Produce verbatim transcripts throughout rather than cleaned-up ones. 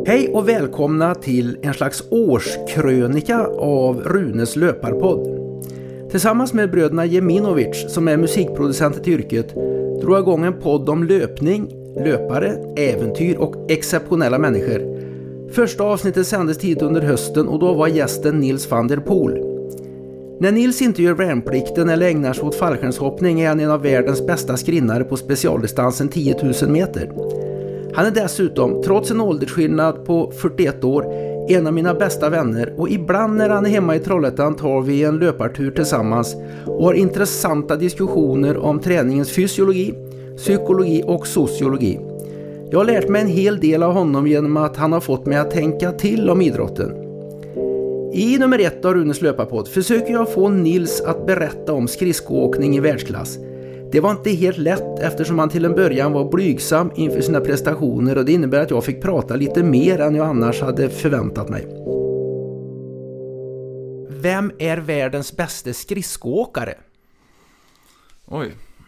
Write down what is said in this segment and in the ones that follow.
Hej och välkomna till en slags årskrönika av Runes löparpodd. Tillsammans med bröderna Jeminovic, som är musikproducenter till yrket, drog jag igång en podd om löpning, löpare, äventyr och exceptionella människor. Första avsnittet sändes tidigt under hösten och då var gästen Nils van der Poel. När Nils inte gör värnplikten eller ägnar sig åt fallskärmshoppning är han en av världens bästa skrinnare på specialdistansen tio tusen meter. Han är dessutom, trots en åldersskillnad på fyrtioett år, en av mina bästa vänner, och ibland när han är hemma i Trollhättan tar vi en löpartur tillsammans och har intressanta diskussioner om träningens fysiologi, psykologi och sociologi. Jag har lärt mig en hel del av honom genom att han har fått mig att tänka till om idrotten. I nummer ett av Runes löparpodd försöker jag få Nils att berätta om skridskoåkning i världsklass. Det var inte helt lätt eftersom han till en början var blygsam inför sina prestationer, och det innebär att jag fick prata lite mer än jag annars hade förväntat mig. Vem är världens bästa skridskoåkare? Oj.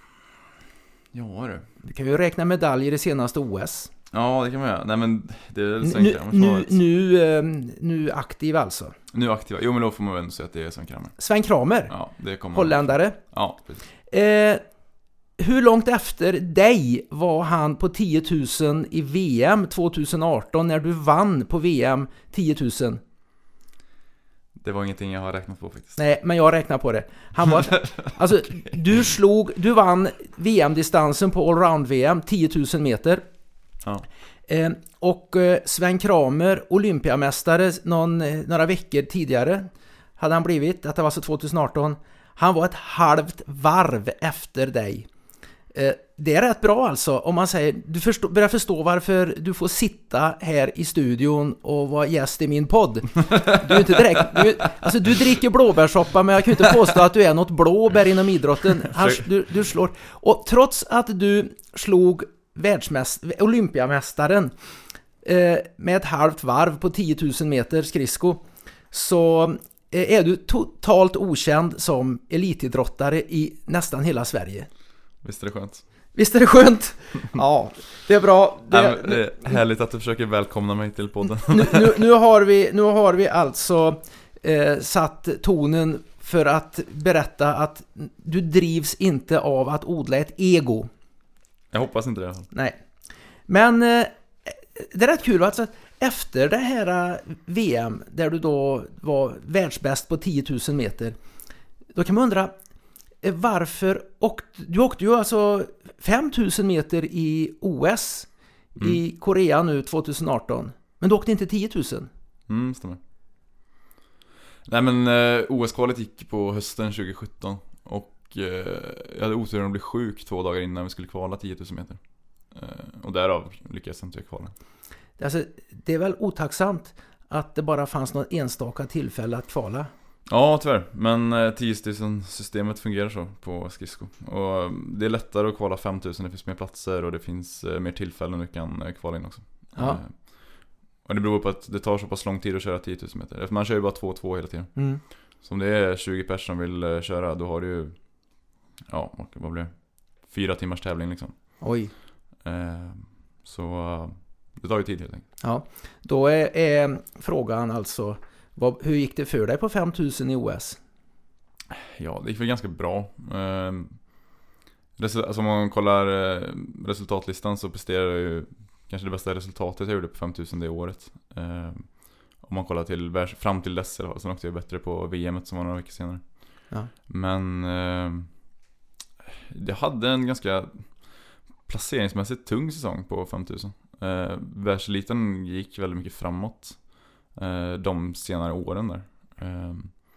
Ja du. Du kan ju räkna medaljer i senaste O S. Ja, det kan man göra. Nej, men det är Sven Nu, Kramer. nu, nu, nu aktiv alltså. Nu aktiva. Jo, men då får man väl ändå säga att det är Sven Kramer. Sven Kramer. Ja, det kommer. Holländare. Ja, precis. Eh, hur långt efter dig var han på tio tusen i V M tjugoarton när du vann på V M tio tusen? Det var ingenting jag har räknat på faktiskt. Nej, men jag räknar på det. Han var, alltså, du slog, du vann V M-distansen på allround-V M tio tusen meter. Ja. Eh, och eh, Sven Kramer, olympiamästare någon, eh, några veckor tidigare hade han blivit, att det var så tjugoarton. Han var ett halvt varv efter dig. Eh, det är rätt bra alltså, om man säger, du förstå, börjar förstå varför du får sitta här i studion och vara gäst i min podd. Du är inte direkt, du, alltså du dricker blåbärssoppa, men jag kan inte påstå att du är något blåbär inom idrotten. Han, du, du slår, och trots att du slog världsmäst- olympiamästaren eh, med ett halvt varv på tio tusen meter skridsko, så eh, är du totalt okänd som elitidrottare i nästan hela Sverige. Visst är det skönt? Visst är det skönt? Ja, det är bra. Det, Nej, det är härligt att du försöker välkomna mig till podden. Nu, nu, nu, har, vi, nu har vi alltså eh, satt tonen för att berätta att du drivs inte av att odla ett ego. Jag hoppas inte det. Nej. Men eh, det är rätt kul alltså, efter det här V M där du då var världsbäst på tio tusen meter, då kan man undra varför, och du åkte ju alltså fem tusen meter i O S mm. i Korea nu tjugoarton, men du åkte inte tio tusen. Mm, stämmer. Nej, men eh, O S-kvalet gick på hösten tjugosjutton och eh, jag hade oturen att bli sjuk två dagar innan vi skulle kvala tio tusen meter. Eh, och därav lyckades jag inte kvala. Alltså, det är väl otacksamt att det bara fanns något enstaka tillfälle att kvala. Ja, tyvärr. Men eh, tio tusen-systemet fungerar så på skridsko. Och det är lättare att kvala fem tusen, det finns mer platser och det finns eh, mer tillfällen du kan eh, kvala in också. Ja. Eh, och det beror på att det tar så pass lång tid att köra tio tusen meter. Man kör ju bara två två hela tiden. Mm. Så om det är tjugo personer som vill eh, köra, då har du ju, ja, vad blir det? Fyra timmars tävling liksom. Oj. Eh, så eh, det tar ju tid helt enkelt. Ja, då är, är frågan alltså, vad, hur gick det för dig på fem tusen i O S? Ja, det gick väl ganska bra. Eh, resu- alltså om man kollar eh, resultatlistan så presterar jag ju kanske det bästa resultatet jag gjorde på fem tusen det året. Eh, om man kollar till, fram till dess i alla fall, så åkte jag bättre på V M som var några veckor senare. Ja. Men eh, jag hade en ganska placeringsmässigt tung säsong på fem tusen. Eh, världseliten gick väldigt mycket framåt eh, de senare åren där. Eh,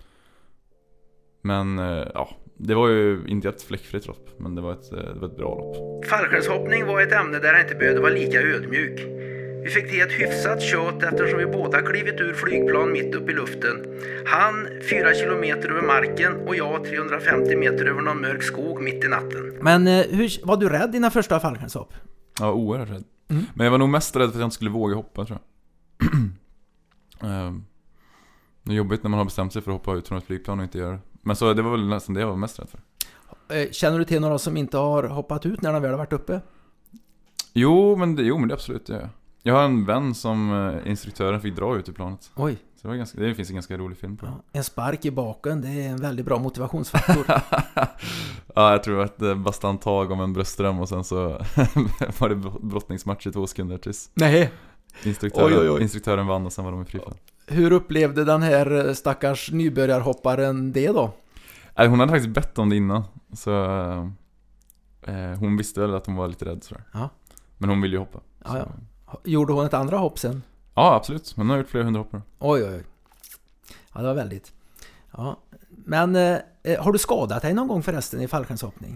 men eh, ja, det var ju inte ett fläckfritt lopp, men det var ett, det var ett bra lopp. Fallskärmshoppning var ett ämne där jag inte behövde vara lika ödmjuk. Vi fick till ett hyfsat kött eftersom vi båda klivit ur flygplan mitt upp i luften. Han fyra kilometer över marken och jag trehundrafemtio meter över någon mörk skog mitt i natten. Men eh, hur, var du rädd dina första fallskärmshopp? Ja, oerhört rädd. Mm. Men jag var nog mest rädd för att jag inte skulle våga hoppa, tror jag. um, det är jobbigt när man har bestämt sig för att hoppa ut från ett flygplan och inte göra det. Men så det var väl nästan det jag var mest rädd för. Känner du till några som inte har hoppat ut när de väl har varit uppe? Jo, men det, jo, men det absolut det. Jag har en vän som eh, instruktören fick dra ut i planet. Oj. Så det, var ganska, det finns en ganska rolig film på det. Ja, en spark i baken, det är en väldigt bra motivationsfaktor. Ja, jag tror att det bastant tag om en bröström och sen så var det brottningsmatch i två sekunder tills Nej. instruktören, Oj, oj, oj. instruktören vann och sen var de i frifall. Hur upplevde den här stackars nybörjarhopparen det då? Nej, hon hade faktiskt bett om det innan. Så eh, hon visste väl att hon var lite rädd sådär. Ja. Men hon ville ju hoppa. Ja, ja. Gjorde hon ett andra hopp sen? Ja, absolut. Hon har gjort flera hundra hoppar. Oj, oj, oj. Ja, det var väldigt. Ja. Men eh, har du skadat dig någon gång förresten i fallskärmshoppning?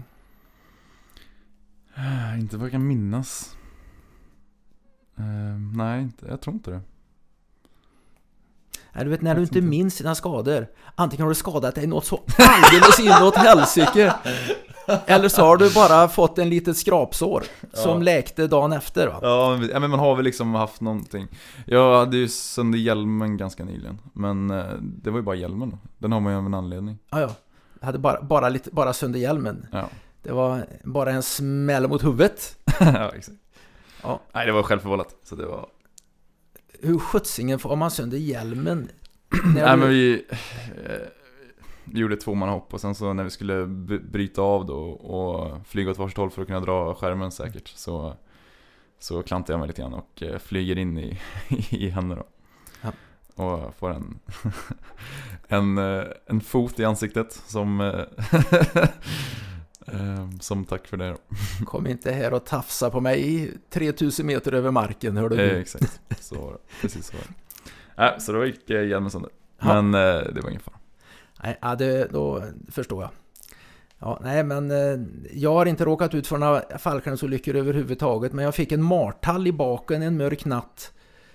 Äh, inte vad jag kan minnas. Uh, nej, inte, jag tror inte det. Nej, du vet, när du inte minns dina skador, antingen har du skadat dig något så alldeles inåt helsike, eller så har du bara fått en litet skrapsår som ja. läkte dagen efter, va? Ja, men man har väl liksom haft någonting. Jag hade ju sönder hjälmen ganska nyligen, men det var ju bara hjälmen då. Den har man ju av en anledning. Ja, ja. Jag hade bara, bara, lite, bara sönder hjälmen. Ja. Det var bara en smäll mot huvudet. Ja, exakt. Ja. Nej, det var självförvållat, så det var... Hur skjutsingen får man sönder hjälmen? Nej, men vi... Eh, Vi gjorde två man hopp och sen så när vi skulle b- bryta av då och flyga åt varsitt håll för att kunna dra skärmen säkert så, så klantade jag mig lite grann och eh, flyger in i, i henne då. Ja. Och får en, en, en fot i ansiktet som, eh, som tack för det då. Kom inte här och tafsa på mig tre tusen meter över marken, hörde du? Eh, exakt, så var det. Precis så var det. Äh, så då gick eh, hjälmen sönder. Men eh, det var ingen fara. Nej, ja, det, då förstår jag. Ja, nej, men eh, jag har inte råkat ut för några fallskärmsolyckor överhuvudtaget, men jag fick en martall i baken en mörk natt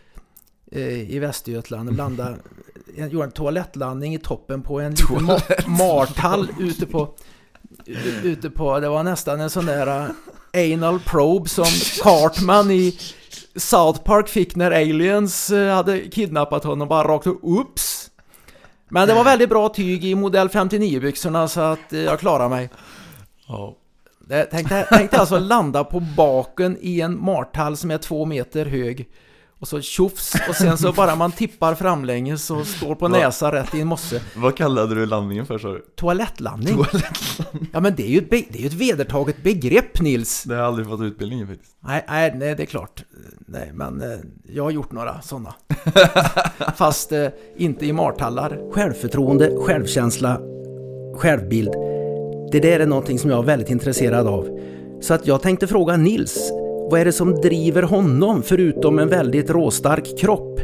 eh, i Västergötland. Blanda, jag gjorde en toalettlandning i toppen på en liten ma- martall ute på, ute på, det var nästan en sån där uh, anal probe som Cartman i South Park fick när aliens uh, hade kidnappat honom, bara rakt upp, ups. Men det var väldigt bra tyg i modell femtionio-byxorna så att jag klarar mig. Ja. Jag tänkte, tänkte alltså landa på baken i en martall som är två meter hög. Och så tjofs. Och sen så bara man tippar framlänges och står på näsa rätt i en mosse. Vad kallade du landningen för, så? Toalettlandning. Toalettlandning. Ja, men det är ju ett, be- det är ju ett vedertaget begrepp, Nils. Det har jag aldrig fått utbildning faktiskt. Nej, nej, nej, det är klart. Nej, men eh, jag har gjort några sådana. Fast eh, inte i martallar. Självförtroende, självkänsla, självbild. Det där är någonting som jag är väldigt intresserad av. Så att jag tänkte fråga Nils, vad är det som driver honom förutom en väldigt råstark kropp?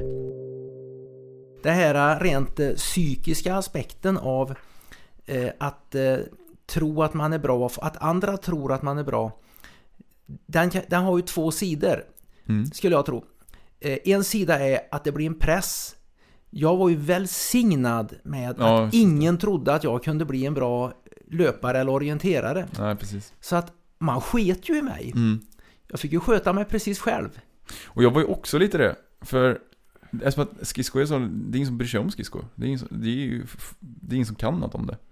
Det här rent eh, psykiska aspekten av eh, att eh, tro att man är bra, att andra tror att man är bra. Den, den har ju två sidor, mm. skulle jag tro. Eh, en sida är att det blir en press. Jag var ju välsignad med ja, att ingen trodde att jag kunde bli en bra löpare eller orienterare. Nej, precis. Så att man sket ju i mig. Mm. Jag fick ju sköta mig precis själv. Och jag var ju också lite det. För alltså att skridskor är så, det är ingen som bryr sig om skridskor. Det är ingen som, det är ju, det är ingen som kan något om det.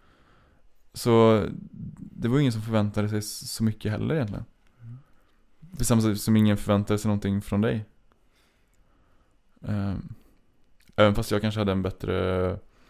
Så det var ju ingen som förväntade sig så mycket heller egentligen. På samma sätt som ingen förväntade sig någonting från dig. Um, även fast jag kanske hade en bättre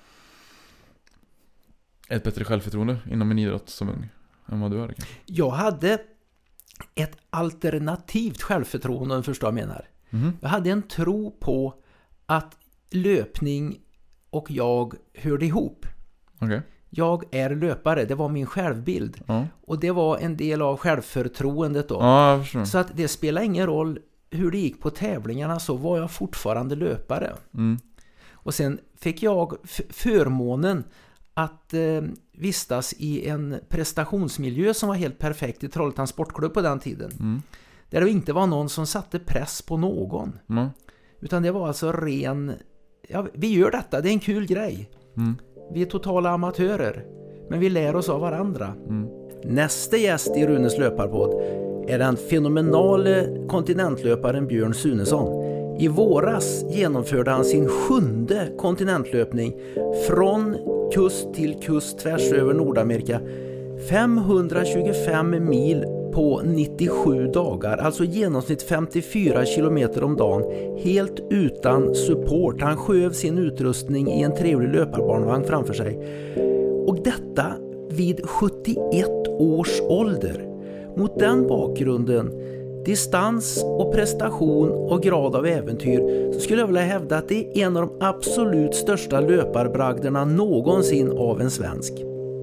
ett bättre självförtroende inom en idrott som ung än vad du hade. Jag hade ett alternativt självförtroende, om du förstår vad jag menar. Mm. Jag hade en tro på att löpning och jag hörde ihop. Okay. Jag är löpare, det var min självbild. Mm. Och det var en del av självförtroendet då. Mm, så att det spelar ingen roll hur det gick på tävlingarna, så var jag fortfarande löpare. Mm. Och sen fick jag f- förmånen att eh, vistas i en prestationsmiljö som var helt perfekt i Trollhättans sportklubb på den tiden. Mm. Där det inte var någon som satte press på någon. Mm. Utan det var alltså ren... Ja, vi gör detta, det är en kul grej. Mm. Vi är totala amatörer. Men vi lär oss av varandra. Mm. Nästa gäst i Runes löparpodd är den fenomenale kontinentlöparen Björn Sunesson. I våras genomförde han sin sjunde kontinentlöpning från kust till kust tvärs över Nordamerika. femhundratjugofem mil på nittiosju dagar, alltså i genomsnitt femtiofyra kilometer om dagen, helt utan support. Han sköv sin utrustning i en trevlig löparbarnvagn framför sig. Och detta vid sjuttioett års ålder. Mot den bakgrunden, distans och prestation och grad av äventyr, så skulle jag vilja hävda att det är en av de absolut största löparbragderna någonsin av en svensk.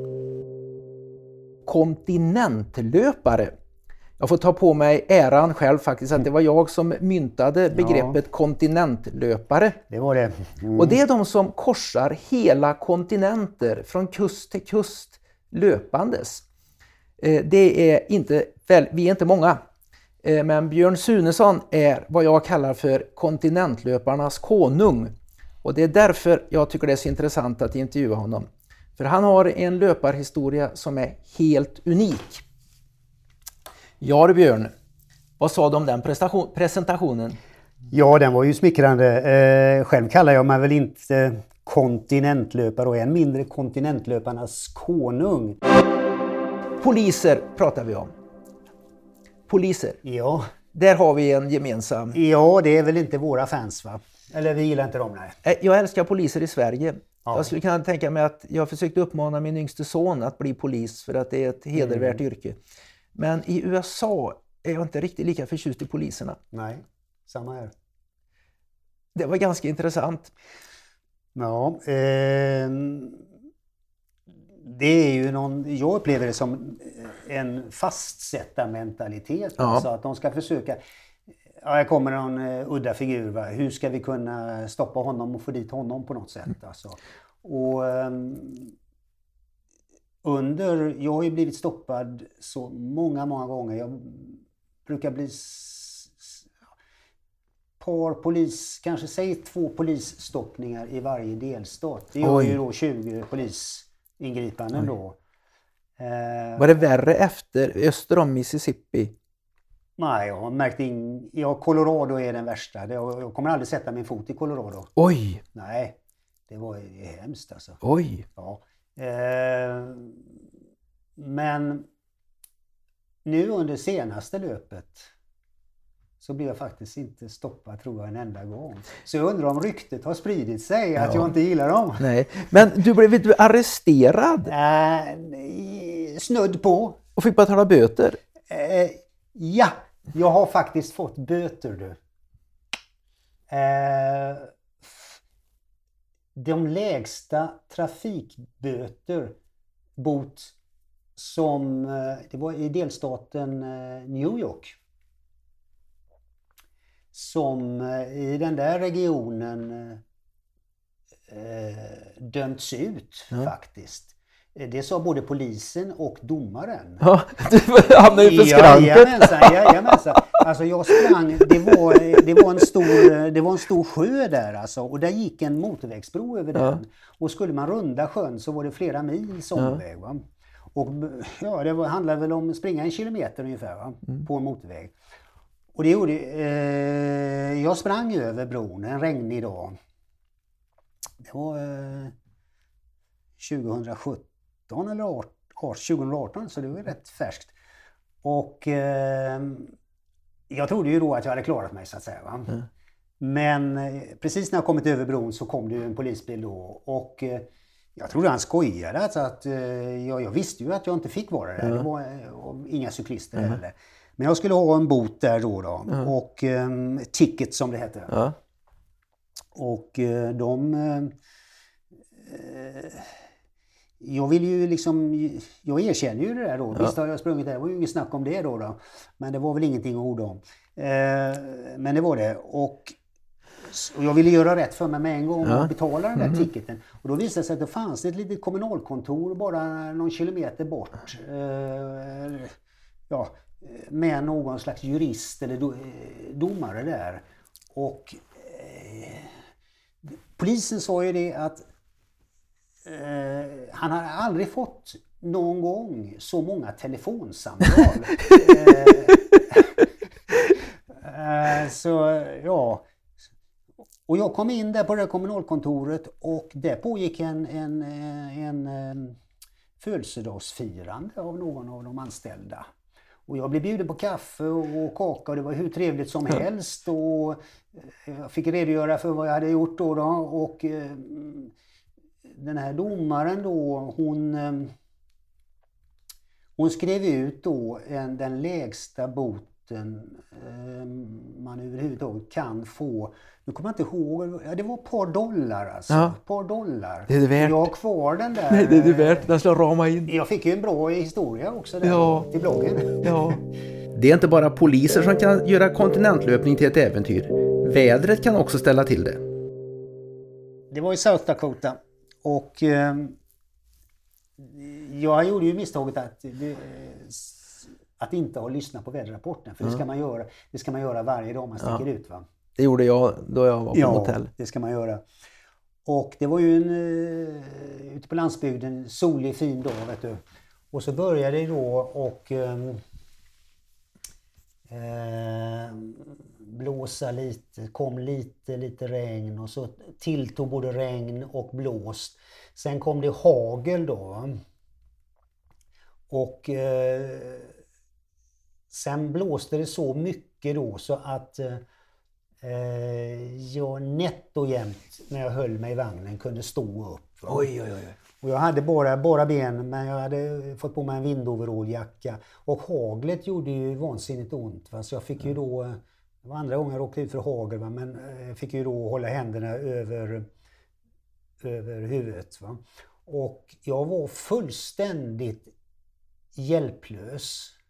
Kontinentlöpare. Jag får ta på mig äran själv faktiskt att det var jag som myntade begreppet ja. kontinentlöpare. Det var det. Mm. Och det är de som korsar hela kontinenter från kust till kust löpandes. Det är inte, väl, vi är inte många. Men Björn Sunesson är vad jag kallar för kontinentlöparnas konung. Och det är därför jag tycker det är så intressant att intervjua honom. För han har en löparhistoria som är helt unik. Ja du Björn, vad sa du om den presentationen? Ja, den var ju smickrande. Eh, själv kallar jag mig väl inte kontinentlöpare och än mindre kontinentlöparnas konung. Poliser pratar vi om. Poliser. Ja. Där har vi en gemensam... Ja, det är väl inte våra fans va? Eller vi gillar inte dem, nej. Jag älskar poliser i Sverige. Ja. Jag skulle kunna tänka mig att jag försökte uppmana min yngste son att bli polis för att det är ett hedervärt mm. yrke. Men i U S A är jag inte riktigt lika förtjust i poliserna. Nej, samma här. Det var ganska intressant. Ja, eh, det är ju någon, jag upplever det som en fastsättarmentalitet. Ja. Alltså att de ska försöka, ja, här kommer någon uh, udda figur, va? Hur ska vi kunna stoppa honom och få dit honom på något sätt? Mm. Alltså. Och um, under, jag har ju blivit stoppad så många, många gånger. Jag brukar bli s- par polis, kanske säg två polisstoppningar i varje delstat. Det är ju då tjugo polisingripanden då. Eh, Var det värre efter öster om Mississippi? Nej, jag har märkt in, ja, Colorado är den värsta. Jag, jag kommer aldrig sätta min fot i Colorado. Oj! Nej, det var hemskt alltså. Oj! Ja. Eh, men nu under senaste löpet så blev jag faktiskt inte stoppad, tror jag, en enda gång. Så jag undrar om ryktet har spridit sig, ja. Att jag inte gillar dem. Nej, men du blev du arresterad? Eh, snudd på. Och fick betala böter? Eh, ja, jag har faktiskt fått böter du. Eh, de lägsta trafikböter bot som det var i delstaten New York, som i den där regionen eh, dömts ut ja. faktiskt. Det sa både polisen och domaren. Ja, du hamnade ju på skranket. Jajamensan, jajamensan. Alltså jag sprang, det var, det var en stor, det var en stor sjö där alltså. Och där gick en motorvägsbro över den. Ja. Och skulle man runda sjön så var det flera mils omväg. Va? Och ja, det var, handlade väl om springa en kilometer ungefär va? Mm. På en motorväg. Och det gjorde, eh, jag sprang över bron en regnig dag. Det var eh, tjugohundrasjutton eller tjugohundraarton, så det var rätt färskt. Och eh, jag trodde ju då att jag hade klarat mig så att säga. Va? Mm. Men eh, precis när jag kommit över bron så kom det ju en polisbil då. Och eh, jag trodde han skojade. Alltså att, eh, jag, jag visste ju att jag inte fick vara där. Mm. Det var eh, inga cyklister mm. heller. Men jag skulle ha en bot där då. då. Mm. Och eh, ticket som det heter. Mm. Och eh, de... Eh, jag vill ju liksom, jag erkänner ju det där då. Ja. Visst har jag sprungit där, det var ju inget snack om det då, då. Men det var väl ingenting att orda om. Eh, men det var det. Och, och jag ville göra rätt för mig med en gång och ja. betala den där mm. ticketen. Och då visade det sig att det fanns ett litet kommunalkontor bara någon kilometer bort. Eh, ja, med någon slags jurist eller do, domare där. Och eh, polisen sa ju det att Uh, han har aldrig fått någon gång så många telefonsamtal. uh, uh, så ja. Och jag kom in där på det kommunalkontoret och där pågick en, en, en, en födelsedagsfirande av någon av de anställda. Och jag blev bjuden på kaffe och, och kaka och det var hur trevligt som helst. Och jag fick redogöra för vad jag hade gjort då. då och eh, den här domaren då, hon, eh, hon skrev ut då en, den lägsta boten eh, man överhuvudtaget kan få. Nu kommer jag inte ihåg, ja, det var ett par dollar alltså. Ja. Ett par dollar. Det är det värt. Jag har kvar den där. Nej, det är det värt. Den ska rama in. Jag fick ju en bra historia också där Ja. till bloggen. Ja. Det är inte bara poliser som kan göra kontinentlöpning till ett äventyr. Vädret kan också ställa till det. Det var i South Dakota och eh, jag gjorde ju misstaget att, eh, att inte ha lyssnat på väderrapporten. För mm. det, ska man göra, det ska man göra varje dag man sticker ja. ut va? Det gjorde jag då jag var på ja, hotell. Det ska man göra. Och det var ju en, uh, ute på landsbygden, solig fin dag vet du. Och så började det då och um, uh, blåsa lite, kom lite, lite regn och så tilltog både regn och blåst. Sen kom det hagel då. Och uh, sen blåste det så mycket då så att uh, jag nätt och jämt när jag höll mig i vagnen kunde stå upp. Oj, oj, oj. Och jag hade bara, bara ben men jag hade fått på mig en vindoveralljacka. Och haglet gjorde ju vansinnigt ont. Va? Så jag fick ju då, det var andra gången jag råkade ut för hagel va? Men jag fick ju då hålla händerna över, över huvudet. Va? Och jag var fullständigt hjälplös.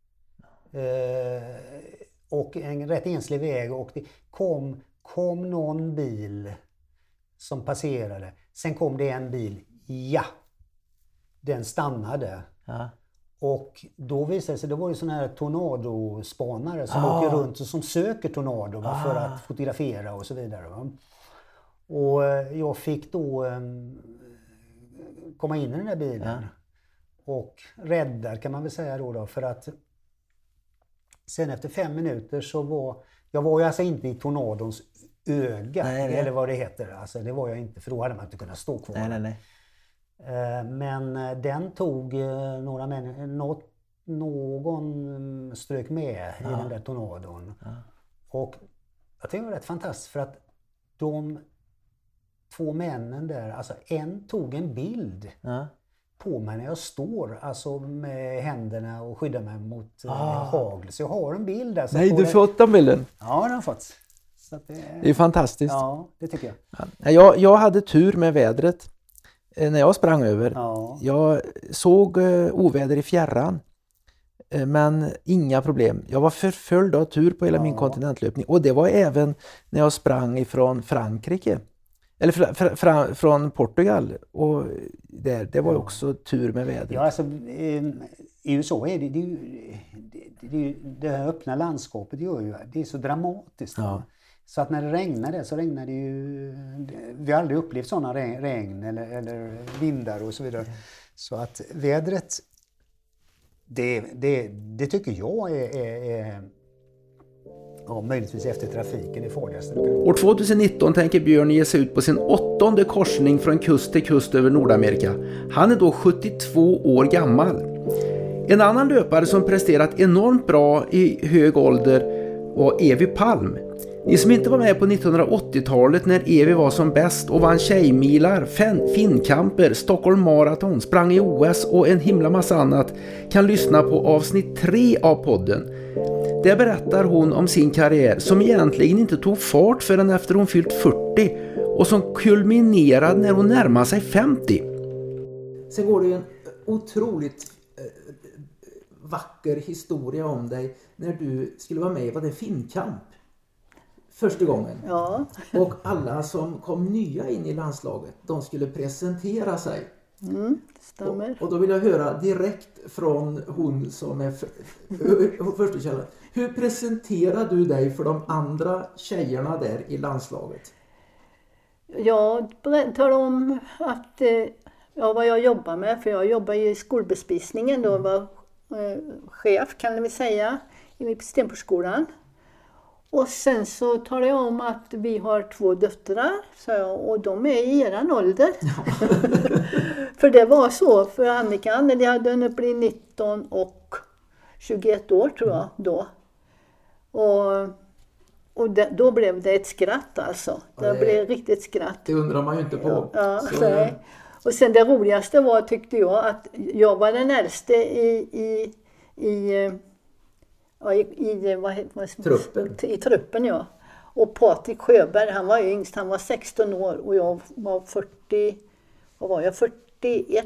Eh, och en rätt enslig väg och det kom, kom någon bil som passerade. Sen kom det en bil, ja, den stannade. Ja. Och då visade det sig, det var ju sådana här tornadospanare som ah. åker runt och som söker tornado va, ah. för att fotografera och så vidare. Va? Och jag fick då um, komma in i den här bilen ja. och rädda kan man väl säga då, då för att sen efter fem minuter så var jag var ju alltså inte i tornadons öga nej, nej. eller vad det heter. Alltså det var jag inte för då hade man inte kunnat stå kvar. Nej, nej, nej. Men den tog några människor, något, någon strök med ja. i den där tornadon. Ja. Och jag tycker det var rätt fantastiskt för att de två männen där, alltså en tog en bild. Ja. på mig när jag står alltså med händerna och skyddar mig mot ah. hagel. Så jag har en bild där. Så nej, du har fått den bilden? Ja, den har jag fått. Så att det, det är fantastiskt. Ja, det tycker jag. Ja, jag. Jag hade tur med vädret eh, när jag sprang över. Ja. Jag såg eh, oväder i fjärran. Eh, men inga problem. Jag var förföljd av tur på hela ja. min kontinentlöpning. Och det var även när jag sprang ifrån Frankrike. Eller fr- fr- fr- från Portugal och där, det var också tur med vädret. Ja, alltså eh, i U S A är det, det, är ju, det, det, det här öppna landskapet gör ju, det är så dramatiskt. Ja. Så att när det regnar så regnar det ju, vi har aldrig upplevt sådana regn, regn eller, eller vindar och så vidare. Så att vädret, det, det, det tycker jag är, är, är ja, möjligtvis efter trafiken är farligaste. År tjugonitton tänker Björn ge sig ut på sin åttonde korsning från kust till kust över Nordamerika. Han är då sjuttiotvå år gammal. En annan löpare som presterat enormt bra i hög ålder var Evi Palm. Ni som inte var med på nittonhundraåttiotalet när Evi var som bäst och vann tjejmilar, finnkamper, Stockholm Marathon, sprang i O S och en himla massa annat kan lyssna på avsnitt tre av podden. Där berättar hon om sin karriär som egentligen inte tog fart förrän efter hon fyllt fyrtio och som kulminerade när hon närmade sig femtio. Sen går det ju en otroligt eh, vacker historia om dig när du skulle vara med i vad det finnkamp första gången. Ja. Och alla som kom nya in i landslaget, de skulle presentera sig. Mm, det stämmer. Och, och då vill jag höra direkt från hon som är för, första källan. Hur presenterar du dig för de andra tjejerna där i landslaget? Jag talar om att, ja, vad jag jobbar med. För jag jobbar i skolbespisningen då. Var eh, chef kan vi säga i Stenportskolan. Och sen så talar jag om att vi har två döttrar så jag, och de är i eran ålder. Ja. För det var så för Annika när de hade hunnit bli nitton och tjugoett år tror jag då. Och, och det, då blev det ett skratt alltså. Det, Ja, det blev riktigt skratt. Det undrar man ju inte på. Ja, ja, Så, nej. Och sen det roligaste var, tyckte jag, att jag var den äldste i, i, i, ja, i, i vad heter, vad, Truppen. I truppen, ja. Och Patrik Sjöberg, han var yngst, han var sexton år och jag var fyrtio, vad var jag, fyrtioett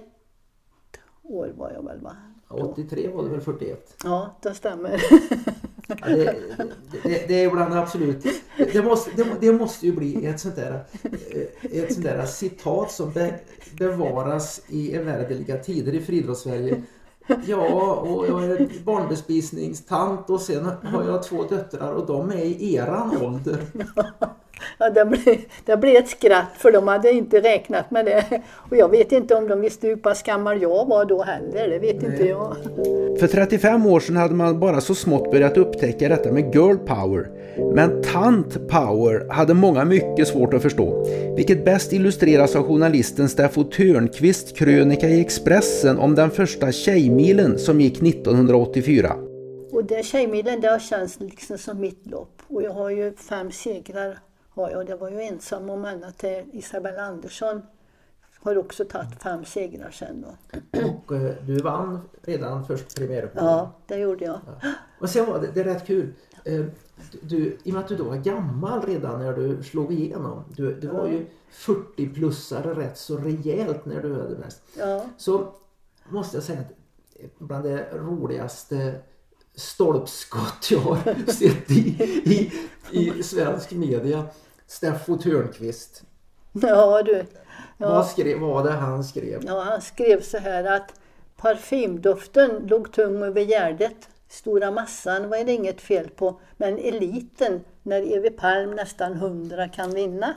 år var jag väl va? åttiotre var det väl fyrtioett? Ja, det stämmer. Ja, det, det, det är ibland absolut. Det måste, det, det måste ju bli ett sånt där, ett sånt där citat som be, bevaras i evärdeliga tider i Friidrotts-Sverige. Ja, och jag är barnbespisningstant och sen har jag två döttrar och de är i eran ålder. Ja, det blev, det blev ett skratt för de hade inte räknat med det. Och jag vet inte om de visste hur pass gammal jag var då heller, det vet Nej. inte jag. För trettiofem år sedan hade man bara så smått börjat upptäcka detta med girl power. Men tant power hade många mycket svårt att förstå. Vilket bäst illustreras av journalisten Steffo Törnqvist krönika i Expressen om den första tjejmilen som gick nittonhundraåttiofyra. Och det tjejmilen, det har känts liksom som mitt lopp. Och jag har ju fem segrar. Har jag. Det var ju ensam om alla till Isabella Andersson. Har också tagit fem segrar sen då. Och eh, du vann redan först premiäruppgången. Ja, det gjorde jag. Ja. Och sen var det, det är rätt kul. Eh, du, i och med att du då var gammal redan när du slog igenom. Du, du var ju fyrtio-plussare rätt så rejält när du hade mest. Ja. Så måste jag säga att bland det roligaste stolpskott jag har sett i, i, i svensk media. Steffo Törnqvist. Ja, du. Ja. Vad skrev, vad det han skrev? Ja, han skrev så här att parfymdoften låg tung över gärdet. Stora massan var det inget fel på. Men eliten, när Evi Palm nästan hundra kan vinna.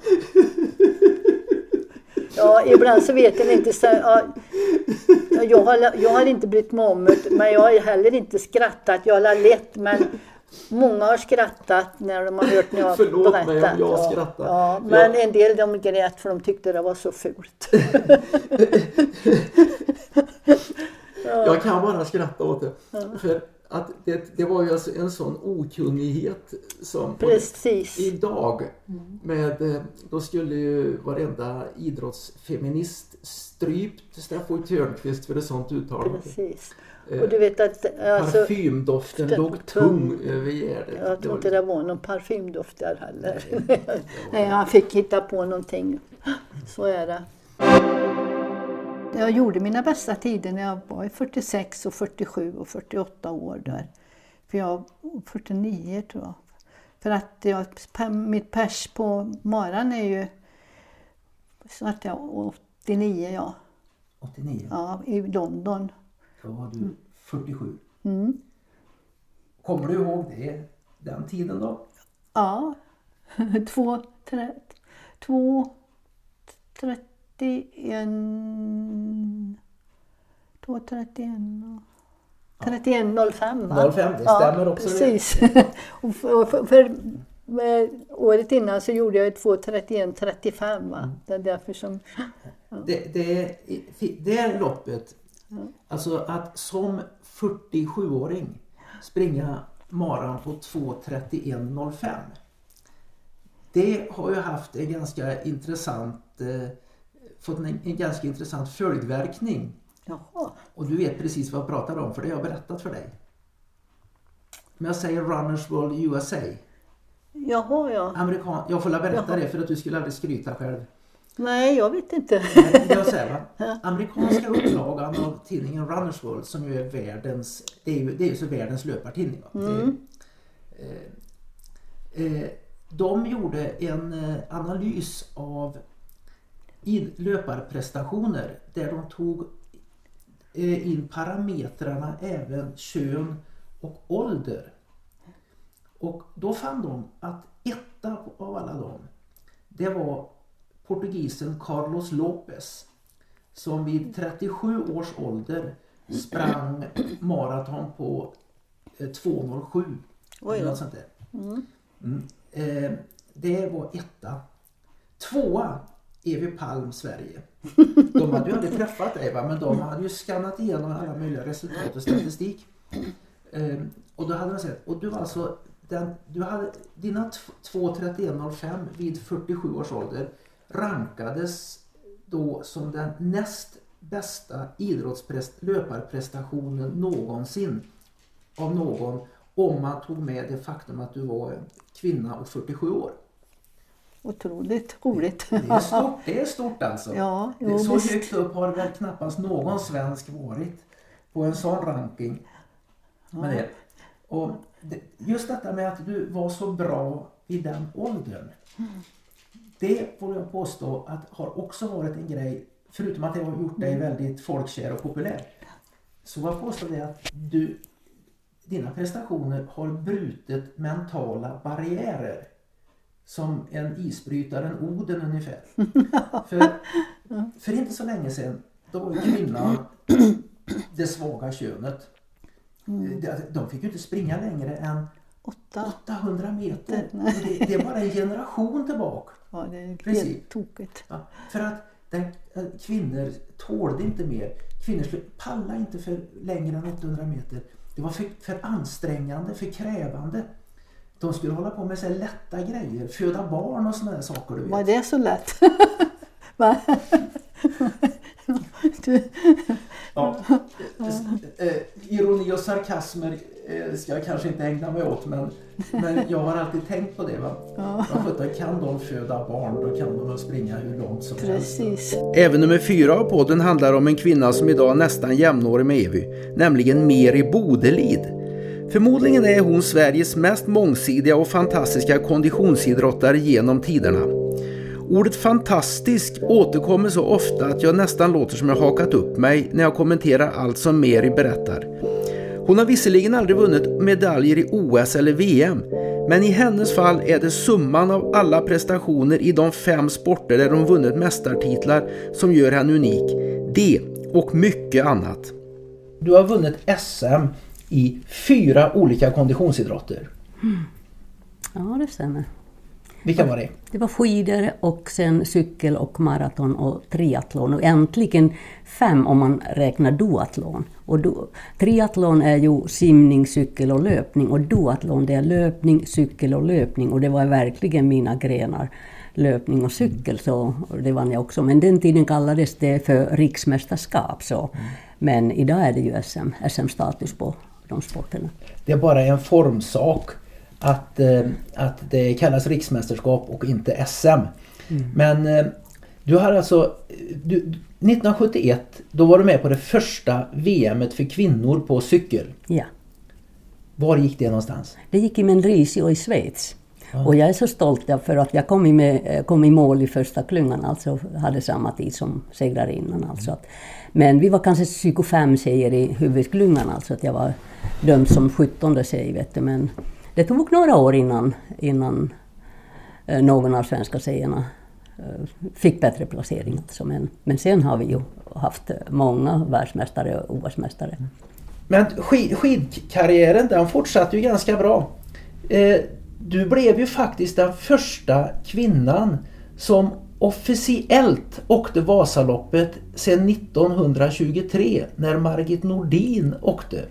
Ja, ibland så vet jag inte. Så, ja, jag, har, jag har inte brytt mig om det, men jag har heller inte skrattat. Jag har lätt, men många har skrattat när de har hört när jag Förlåt berättat. mig om jag skrattar. Ja, ja, men jag... en del de grät för de tyckte det var så fult. Ja. Jag kan bara skratta åt det. Ja. För att det, det var ju alltså en sån okunnighet som Precis. idag med, då skulle ju varenda idrottsfeminist strypt Steffo Törnqvist för ett sånt uttalande. Precis. Och du vet att alltså, parfymdoften låg tung över gärdet. Jag tror inte det var någon parfymdoft där heller. Nej, Nej, han fick hitta på någonting. Så är det. Jag gjorde mina bästa tider när jag var i fyrtiosex och fyrtiosju och fyrtioåtta år där. För jag fyrtionio tror jag. För att jag, mitt pers på maran är ju så att jag åttionio, ja. åttionio? Ja, i London. Då var du fyrtiosju. Mm. Kommer du ihåg det, den tiden då? Ja, två, tre, två, trettioen, två, trettioen, trettioen noll fem va? noll fem, det stämmer ja, också. Precis. Och för, för, för med, året innan så gjorde jag två trettioen trettiofem va? Mm. Det är därför som... Ja. Det, det, det är loppet. Mm. Alltså att som fyrtiosjuåring springa maran på två trettioen noll fem. Det har ju haft en ganska intressant eh, fått en, en ganska intressant följdverkning. Jaha. Och du vet precis vad jag pratar om för det har jag berättat för dig. Men jag säger Runners World U S A. Jaha, ja. Amerikan, jag får berätta Jaha. det för att du skulle aldrig skryta själv. Nej, jag vet inte. Nej, jag säger, va? Amerikanska upplagan av tidningen Runners World som ju är världens, det är ju, det är ju så världens löpartidning. Va? Mm. Det, eh, eh, de gjorde en eh, analys av i löparprestationer där de tog eh, in parametrarna även kön och ålder. Och då fann de att etta av alla dem, det var portugisen Carlos Lopez som vid trettiosju års ålder sprang maraton på eh, två noll sju. Oj då. Sånt där. Mm. Mm. Eh, det var etta. Tvåa Evi Palm Sverige. De hade ju aldrig träffat dig va? Men de hade ju skannat igenom alla möjliga resultat och statistik. Eh, och då hade de sett, och du var alltså, den, du hade dina två trettioett noll fem vid fyrtiosju års ålder rankades då som den näst bästa idrottslöparprestationen någonsin av någon, om man tog med det faktum att du var kvinna och fyrtiosju år. Otroligt roligt. Det är stort, det är stort alltså. Ja, jo, det är så visst. högt upp har väl knappast någon svensk varit på en sån ranking. Med det. Och det, just detta med att du var så bra i den åldern. Mm. Det får jag påstå att har också varit en grej, förutom att det har gjort dig väldigt folkkär och populär. Så jag påstår det att du, dina prestationer har brutit mentala barriärer. Som en isbrytare, en Oden ungefär. för, för inte så länge sedan, då var kvinnan det svaga könet. Mm. De, de fick ju inte springa längre än Åtta. åttahundra meter. Det, det är bara en generation tillbaka. Ja, det är Precis. helt tokigt. Ja, för att den, kvinnor tålde inte mer. Kvinnor pallade inte för längre än åttahundra meter. Det var för, för ansträngande, för krävande. De skulle hålla på med så här lätta grejer. Föda barn och såna här saker. Du vet. Var det så lätt? du... ja. Ironi och sarkasmer ska jag kanske inte ägna mig åt. Men, men jag har alltid tänkt på det. Va? Ja. Kan de föda barn, då kan de springa hur långt som Precis. helst. Även nummer fyra av podden handlar om en kvinna som idag är nästan jämnårig med Evy. Nämligen Meri Bodelid. Förmodligen är hon Sveriges mest mångsidiga och fantastiska konditionsidrottare genom tiderna. Ordet fantastisk återkommer så ofta att jag nästan låter som jag hakat upp mig när jag kommenterar allt som Meri berättar. Hon har visserligen aldrig vunnit medaljer i O S eller V M, men i hennes fall är det summan av alla prestationer i de fem sporter där hon vunnit mästartitlar som gör henne unik. Det och mycket annat. Du har vunnit S M i fyra olika konditionsidrotter. Mm. Ja, det stämmer. Vilka var det? Det var skidor och sen cykel och maraton och triathlon. Och äntligen fem om man räknar duathlon. Och do, triathlon är ju simning, cykel och löpning. Och duathlon det är löpning, cykel och löpning. Och det var verkligen mina grenar. Löpning och cykel, så det vann jag också. Men den tiden kallades det för riksmästerskap. Så. Mm. Men idag är det ju S M, S M-status på de sporterna. Det är bara en formsak att, eh, att det kallas riksmästerskap och inte S M. Mm. Men eh, du har alltså du, nittonhundrasjuttioett, då var du med på det första V M-et för kvinnor på cykel. Ja. Var gick det någonstans? Det gick i Mendrisio i Schweiz. Ja. Och jag är så stolt för att jag kom i, med, kom i mål i första klungan, alltså hade samma tid som segrarinnan. Alltså att, men vi var kanske tjugofem tjejer i huvudklungan, alltså att jag var dömd som sjuttonde tjej, vet du. Men det tog några år innan, innan eh, någon av svenska tjejerna eh, fick bättre placering. Alltså. Men, men sen har vi ju haft många världsmästare och O S-mästare. Men skid, skidkarriären, den fortsatte ju ganska bra. Eh, du blev ju faktiskt den första kvinnan som officiellt åkte Vasaloppet sedan nittonhundratjugotre när Margit Nordin åkte.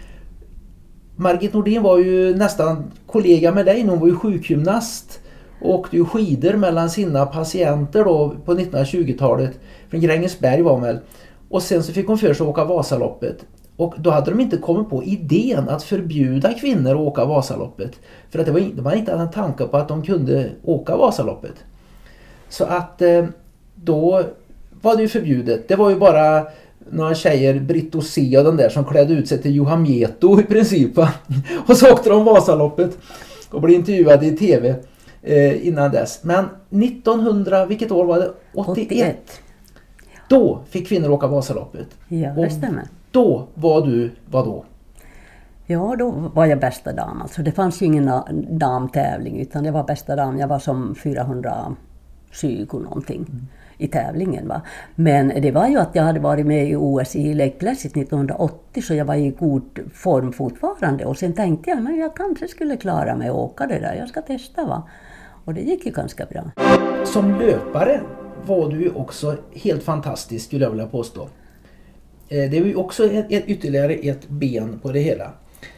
Margit Nordin var ju nästan kollega med dig, hon var ju sjukgymnast och åkte ju skidor mellan sina patienter då på nittonhundratjugotalet från Grängesberg var väl. Och sen så fick hon för sig att åka Vasaloppet. Och då hade de inte kommit på idén att förbjuda kvinnor att åka Vasaloppet. För att det var, de hade inte en tanke på att de kunde åka Vasaloppet. Så att då var det ju förbjudet. Det var ju bara några tjejer, Britt och C och den där som klädde ut sig till Johan Mieto i princip. Va? Och så åkte de Vasaloppet och blev intervjuade i tv eh, innan dess. Men nittonhundra, vilket år var det? åttioett. åttioett. Då fick kvinnor åka Vasaloppet. Ja, det stämmer. Då var du, vad då? Ja, då var jag bästa dam. Alltså det fanns ju ingen damtävling utan det var bästa dam. Jag var som fyrahundratjugo någonting mm. i tävlingen. Va? Men det var ju att jag hade varit med i O S i Lake Placid nittonhundraåttio så jag var i god form fortfarande. Och sen tänkte jag, men jag kanske skulle klara mig att åka det där. Jag ska testa, va? Och det gick ju ganska bra. Som löpare var du ju också helt fantastisk, skulle jag vilja påstå. Det är ju också ett, ett, ytterligare ett ben på det hela.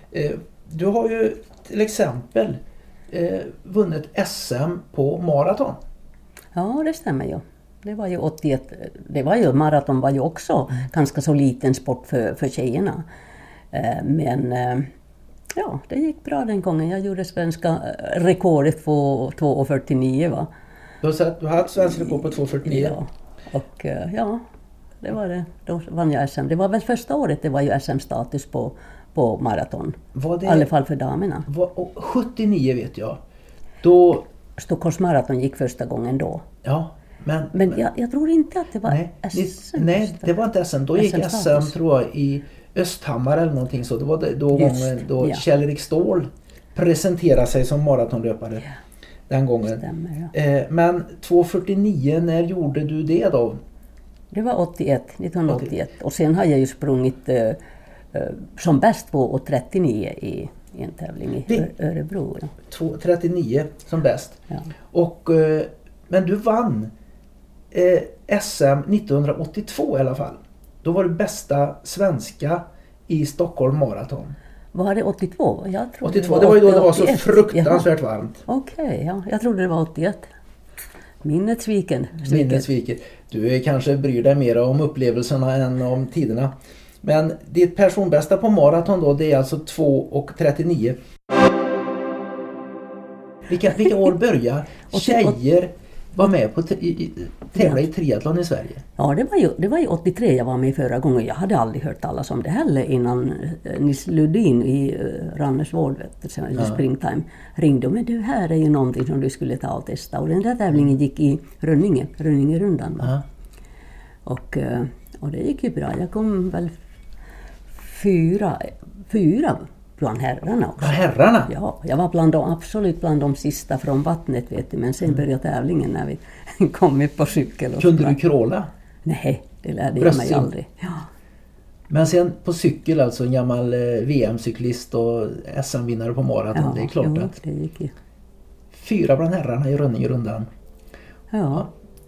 Eh, du har ju till exempel eh, vunnit S M på maraton. Ja, det stämmer ju. Det var ju åttioett, det var ju, maraton var ju också mm. ganska så liten sport för, för tjejerna. Eh, men eh, ja, det gick bra den gången. Jag gjorde svenska rekordet på två fyrtionio, va. Du har, sett, du har haft svenska rekord på två fyrtionio? Ja, och eh, ja, det var det. Då vann jag S M. Det var väl första året det var ju S M-status på, på maraton. Var det, i alla fall för damerna. Var, sjuttionio vet jag. Då... Stockholms maraton gick första gången då. Ja. Men, men, men jag, jag tror inte att det var nej, S M. Nej, det var inte S M. Då gick S M, S M tror jag i Östhammar eller någonting så. Det var det, då gången då ja. Kjell-Erik Ståhl presenterade sig som maratonlöpare ja. Den gången. Stämmer, ja. eh, men två fyrtionio, när gjorde du det då? Det var åttioett, nittonhundraåttioett. Och sen har jag ju sprungit eh, eh, som bäst på trettionio i, i en tävling i Vi, Örebro. Ja. trettionio som bäst. Ja. Och, eh, men du vann eh, S M nittonhundraåttiotvå i alla fall. Då var du bästa svenska i Stockholm maraton. Var det åttiotvå? Jag trodde åttiotvå, det var, det var ju då det var så åttioett. fruktansvärt Jaha. Varmt. Okej, okay, ja. Jag trodde det var åttioett. Minnet sviken. Minnet sviken. Du kanske bryr dig mer om upplevelserna än om tiderna. Men ditt personbästa på maraton då, det är alltså två trettionio. Vilka, vilka år börjar tjejer var med på tävla i triathlon i Sverige? Ja, det var, ju, det var ju åttiotre jag var med förra gången. Jag hade aldrig hört talas om det heller innan Nils Ludin i uh, Rannersvård, i ja. Springtime, ringde. Men du, här är ju någonting som du skulle ta och testa. Och den där tävlingen gick i Rönninge, Rönningerundan. Ja. Och, uh, och det gick ju bra. Jag kom väl fyra, fyra bland herrarna också. Ja, herrarna? Ja, jag var bland de, absolut bland de sista från vattnet, vet du. Men sen började tävlingen när vi kom upp på cykel. Och kunde du kråla? Nej, det lärde jag mig aldrig. Ja. Men sen på cykel, alltså en gammal V M-cyklist och S M-vinnare på maraton, ja, det är klart jo, att det gick ju. Fyra bland herrarna i Rönningerundan. Ja. ja.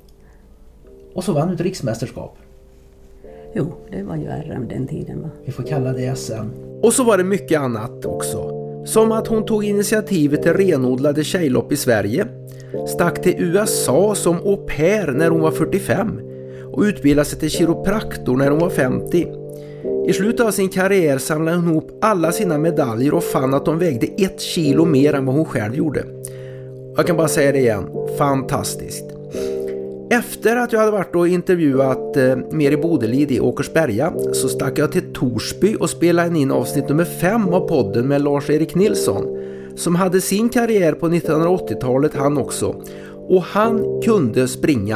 Och så vann du ett riksmästerskap. Jo, det var ju R M den tiden, va? Vi får kalla det S M. Och så var det mycket annat också. Som att hon tog initiativet till renodlade tjejlopp i Sverige. Stack till U S A som au pair när hon var fyrtiofem. Och utbildade sig till kiropraktor när hon var femtio. I slutet av sin karriär samlade hon ihop alla sina medaljer och fann att de vägde ett kilo mer än vad hon själv gjorde. Jag kan bara säga det igen. Fantastiskt. Efter att jag hade varit och intervjuat eh, Meri Bodelid i Åkersberga så stack jag till Torsby och spelade in avsnitt nummer fem av podden med Lars-Erik Nilsson som hade sin karriär på nittonhundraåttiotalet han också. Och han kunde springa.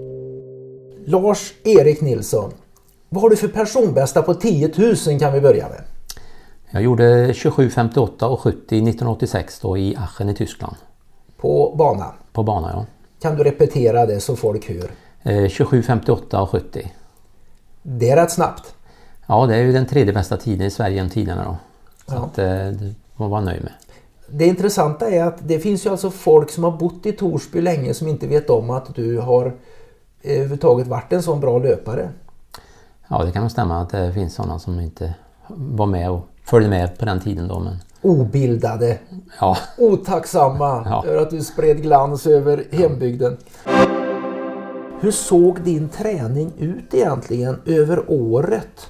Lars-Erik Nilsson, vad har du för personbästa på tio tusen kan vi börja med? Jag gjorde tjugosju femtioåtta och sjuttio nittonhundraåttiosex då i Aachen i Tyskland. På bana? På bana, ja. Kan du repetera det så folk hör? Eh, tjugosju femtioåtta och sjuttio. Det är rätt snabbt. Ja, det är ju den tredje bästa tiden i Sverige genom tiderna då. Så ja. att eh, det var man nöjd med. Det intressanta är att det finns ju alltså folk som har bott i Torsby länge som inte vet om att du har överhuvudtaget varit en sån bra löpare. Ja, det kan nog stämma att det finns sådana som inte var med och följde med på den tiden då. Men... Obildade, ja. Otacksamma ja. Över att du spred glans över hembygden. Hur såg din träning ut egentligen över året?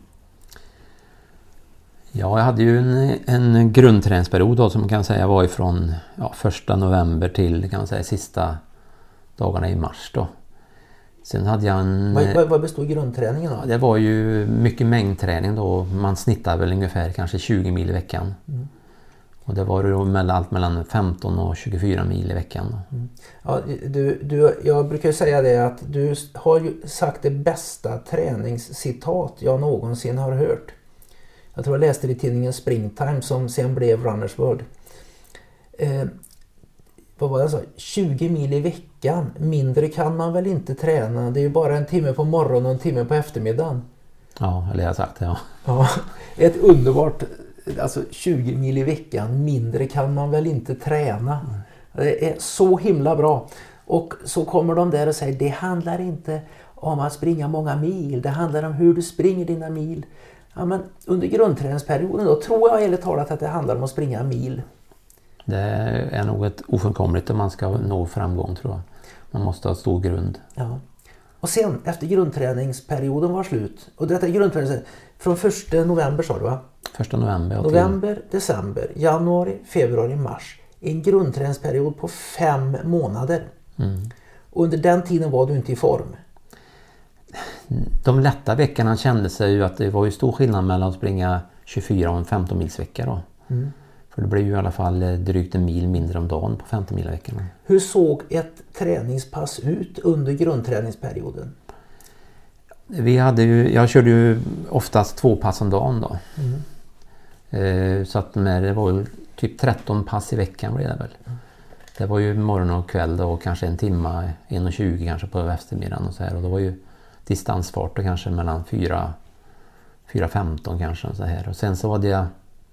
Ja, jag hade ju en, en grundträningsperiod då, som man kan säga var ifrån ja, första november till kan man säga sista dagarna i mars då. Sen hade jag en... Vad, vad bestod grundträningen av? Det var ju mycket mängdträning då. Man snittar väl ungefär kanske tjugo mil i veckan. Mm. Och det var då mellan, allt mellan femton och tjugofyra mil i veckan. Mm. Ja, du, du, jag brukar säga det att du har ju sagt det bästa träningscitat jag någonsin har hört. Jag tror jag läste det i tidningen Springtime som sen blev Runners World. Eh, vad var det jag sa? tjugo mil i veckan. Mindre kan man väl inte träna. Det är ju bara en timme på morgonen och en timme på eftermiddagen. Ja, eller jag har sagt det, ja. Ja, ett underbart, alltså tjugo mil i veckan. Mindre kan man väl inte träna. Mm. Det är så himla bra. Och så kommer de där och säger, det handlar inte om att springa många mil. Det handlar om hur du springer dina mil. Ja, men under grundträningsperioden då tror jag ärligt talat att det handlar om att springa en mil. Det är nog ett ofrånkomligt om man ska nå framgång, tror jag. Man måste ha stor grund. Ja. Och sen efter grundträningsperioden var slut, och detta är grundträning från första november sa du va? Första november. November, december, januari, februari, mars. En grundträningsperiod på fem månader. Mm. Och under den tiden var du inte i form. De lätta veckorna kände sig ju att det var ju stor skillnad mellan att springa tjugofyra och en femton mils vecka då. Mm. För det blev ju i alla fall drygt en mil mindre om dagen på femton mil veckorna. Hur såg ett träningspass ut under grundträningsperioden? Vi hade ju, jag körde ju oftast två pass om dagen då. Mm. Eh, så att med, det var ju typ tretton pass i veckan blev det väl. Mm. Det var ju morgon och kväll då, och kanske en timme, en och tjugo kanske på eftermiddagen och så här. Och då var ju distansfart och kanske mellan fyra femton kanske och så här. Och sen så var det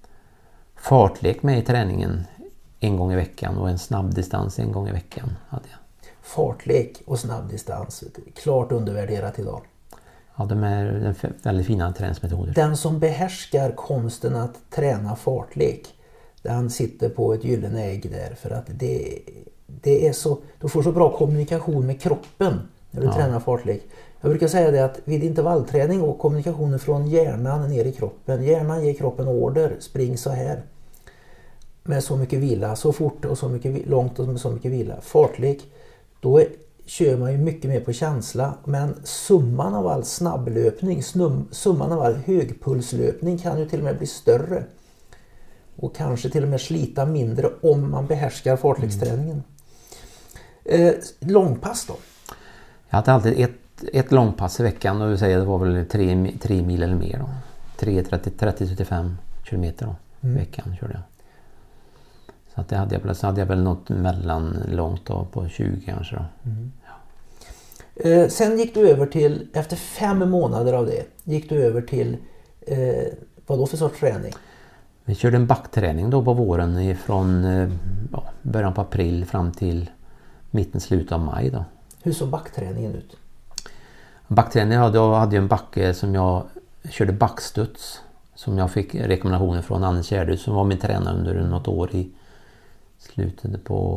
fartlek med i träningen en gång i veckan och en snabbdistans en gång i veckan hade jag. Fartlek och snabbdistans, klart undervärderat idag. Ja, de är väldigt fina träningsmetoder. Den som behärskar konsten att träna fartlek, den sitter på ett gyllene ägg där, för att det, det är så, du får så bra kommunikation med kroppen när du ja. tränar fartlek. Jag brukar säga det att vid intervallträning och kommunikationen från hjärnan ner i kroppen, hjärnan ger kroppen order, spring så här. Med så mycket vila, så fort och så mycket långt och med så mycket vila. Fartlek, då är, kör man ju mycket mer på känsla, men summan av all snabblöpning, snum, summan av all högpulslöpning kan ju till och med bli större. Och kanske till och med slita mindre om man behärskar fartleksträningen. Mm. Eh, långpass då? Jag hade alltid ett Ett långpass i veckan, och du säger det var väl tre, tre mil eller mer då. tre trettio till trettiofem kilometer då, mm. i veckan körde jag. Så att det hade jag, så hade jag väl något mellan långt då, på tjugo kanske då. Mm. Ja. Eh, sen gick du över till, efter fem månader av det, gick du över till, eh, vad då för sorts träning? Vi körde en backträning då på våren från eh, ja, början på april fram till mitten, slutet av maj då. Hur såg backträningen ut? Backträning, ja, då hade jag en backe som jag körde backstuds, som jag fick rekommendationer från Anders Gärdus som var min tränare under något år i slutet på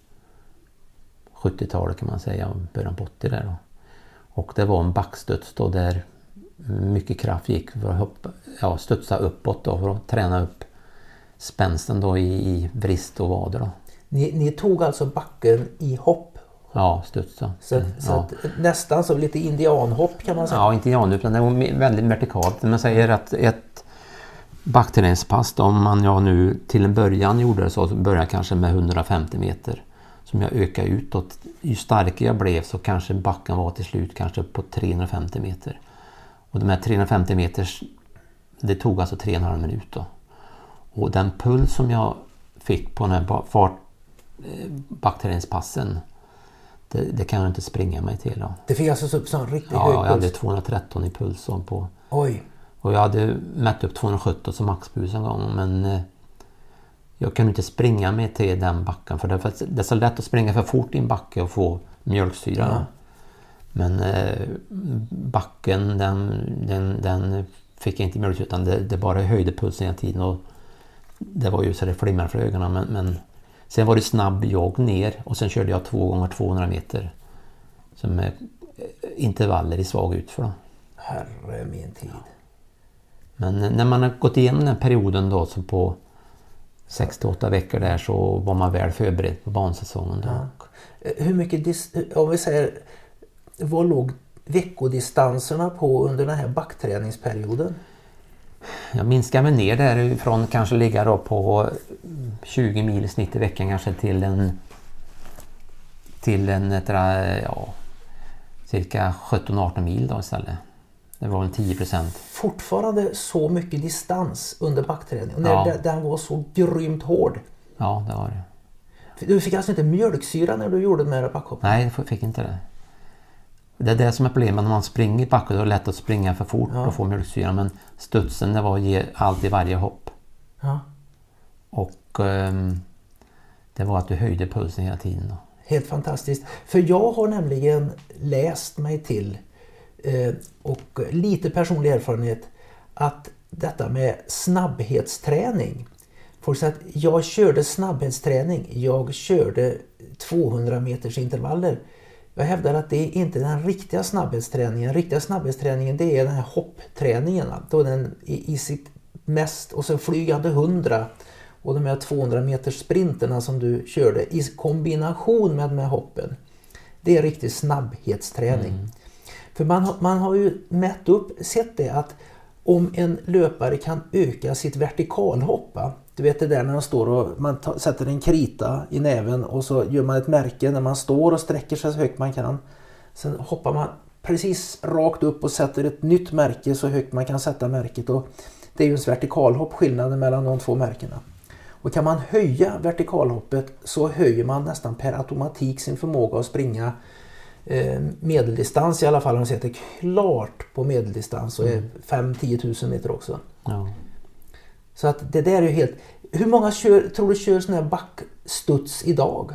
sjuttiotalet kan man säga, och början på åttio där då. Och det var en backstuds då där mycket kraft gick för att hoppa, ja, studsa uppåt då, för att träna upp spänsten då i, i vrist och vader då. Ni, ni tog alltså backen i hopp? Ja, studsa. Så, mm, så ja. Att, nästan som lite indianhopp kan man säga. Ja, inte indianhopp, utan det var väldigt vertikalt. Man säger att ett backträningspass, om man jag nu till en början gjorde det så, började kanske med hundrafemtio meter. Som jag ökade utåt. Ju starkare jag blev så kanske backen var till slut kanske på trehundrafemtio meter. Och de här trehundrafemtio meters, det tog alltså tre och en halv minut då. Och den puls som jag fick på den här fart, backträningspassen, Det, det kan jag inte springa mig till då. Det fick alltså upp sån riktigt ja, hög puls? Ja, jag hade tvåhundratretton i puls på. Oj. Och jag hade mätt upp tvåhundrasjutton som maxpuls en gång, men eh, jag kunde inte springa mig till den backen, för det, för det är så lätt att springa för fort i en backe och få mjölksyra. Ja. Men eh, backen, den, den, den fick jag inte mjölksyra, utan det, det bara höjde pulsen hela tiden, och det var ju så det flimmade för ögonen, men, men sen var det snabb jogg ner, och sen körde jag två gånger tvåhundra meter som är intervaller i svag utför då. Herre min tid. Men när man har gått igenom den perioden då, så på sex till åtta veckor där, så var man väl förberedd på bansäsongen då. Ja. Hur mycket, dis- om vi säger, vad låg veckodistanserna på under den här backträningsperioden? Jag minskar mig ner därifrån, kanske ligga då på tjugo mil i snitt i veckan, kanske till en till en ja, cirka sjutton arton mil då istället. Det var en tio procent. Fortfarande så mycket distans under backträningen, när ja. den var så grymt hård. Ja, det var det. Du fick alltså inte mjölksyra när du gjorde det med backhopp? Nej, jag fick inte det. Det är det som är problemet när man springer i backen. Det är lätt att springa för fort ja. och få mjölksyra. Men studsen, det var att ge allt i varje hopp. Ja. Och um, det var att du höjde pulsen hela tiden då. Helt fantastiskt. För jag har nämligen läst mig till eh, och lite personlig erfarenhet att detta med snabbhetsträning. Folk säger att jag körde snabbhetsträning, jag körde tvåhundra meters intervaller. Jag hävdar att det är inte den riktiga snabbhetsträningen. Den riktiga snabbhetsträningen, det är den här hoppträningen. Då den i, i sitt mest, och så flygande hundra och de här tvåhundra meters sprinterna som du körde i kombination med de här hoppen. Det är riktig snabbhetsträning. Mm. För man, man har ju mätt upp, sett det att om en löpare kan öka sitt vertikalhopp, du vet det där när man står och man tar, sätter en krita i näven och så gör man ett märke när man står och sträcker sig så högt man kan. Sen hoppar man precis rakt upp och sätter ett nytt märke så högt man kan sätta märket. Och det är ju en vertikalhopp, skillnaden mellan de två märkena. Och kan man höja vertikalhoppet så höjer man nästan per automatik sin förmåga att springa eh, medeldistans i alla fall. Om man sätter klart på medeldistans och är fem till tio tusen meter också. Ja. Så att det där är ju helt... Hur många kör, tror du kör sån här backstuds idag?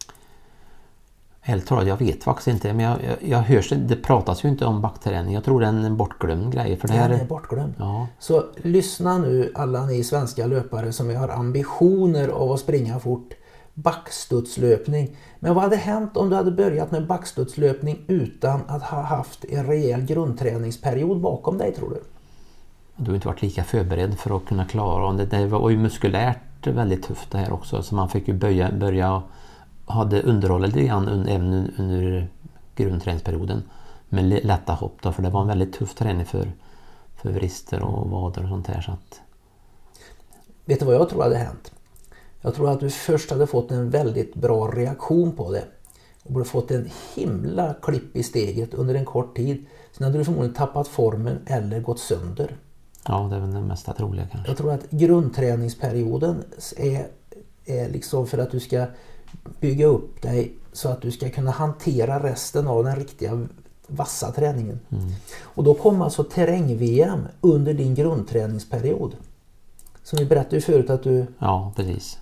Helt klart, jag vet faktiskt inte. Men jag, jag, jag hörs, det pratas ju inte om backträning. Jag tror det är en bortglömd grej. För det här Den är bortglömd. Ja. Så lyssna nu alla ni svenska löpare som har ambitioner av att springa fort. Backstudslöpning. Men vad hade hänt om du hade börjat med backstudslöpning utan att ha haft en rejäl grundträningsperiod bakom dig, tror du? Du har inte varit lika förberedd för att kunna klara. Det, det var ju muskulärt väldigt tufft det här också. Så man fick ju börja, börja hade underhållit lite grann under, även under grundträningsperioden med lätta hopp då, för det var en väldigt tuff träning för, för vrister och vader och sånt här. Så att... Vet du vad jag tror hade hänt? Jag tror att du först hade fått en väldigt bra reaktion på det. Och borde fått en himla klipp i steget under en kort tid. Sen hade du förmodligen tappat formen eller gått sönder. Ja, det är väl det mesta troliga kanske. Jag tror att grundträningsperioden är, är liksom för att du ska bygga upp dig så att du ska kunna hantera resten av den riktiga vassa träningen. Mm. Och då kommer alltså terräng-V M under din grundträningsperiod. Som vi berättade ju förut att du... Ja, precis.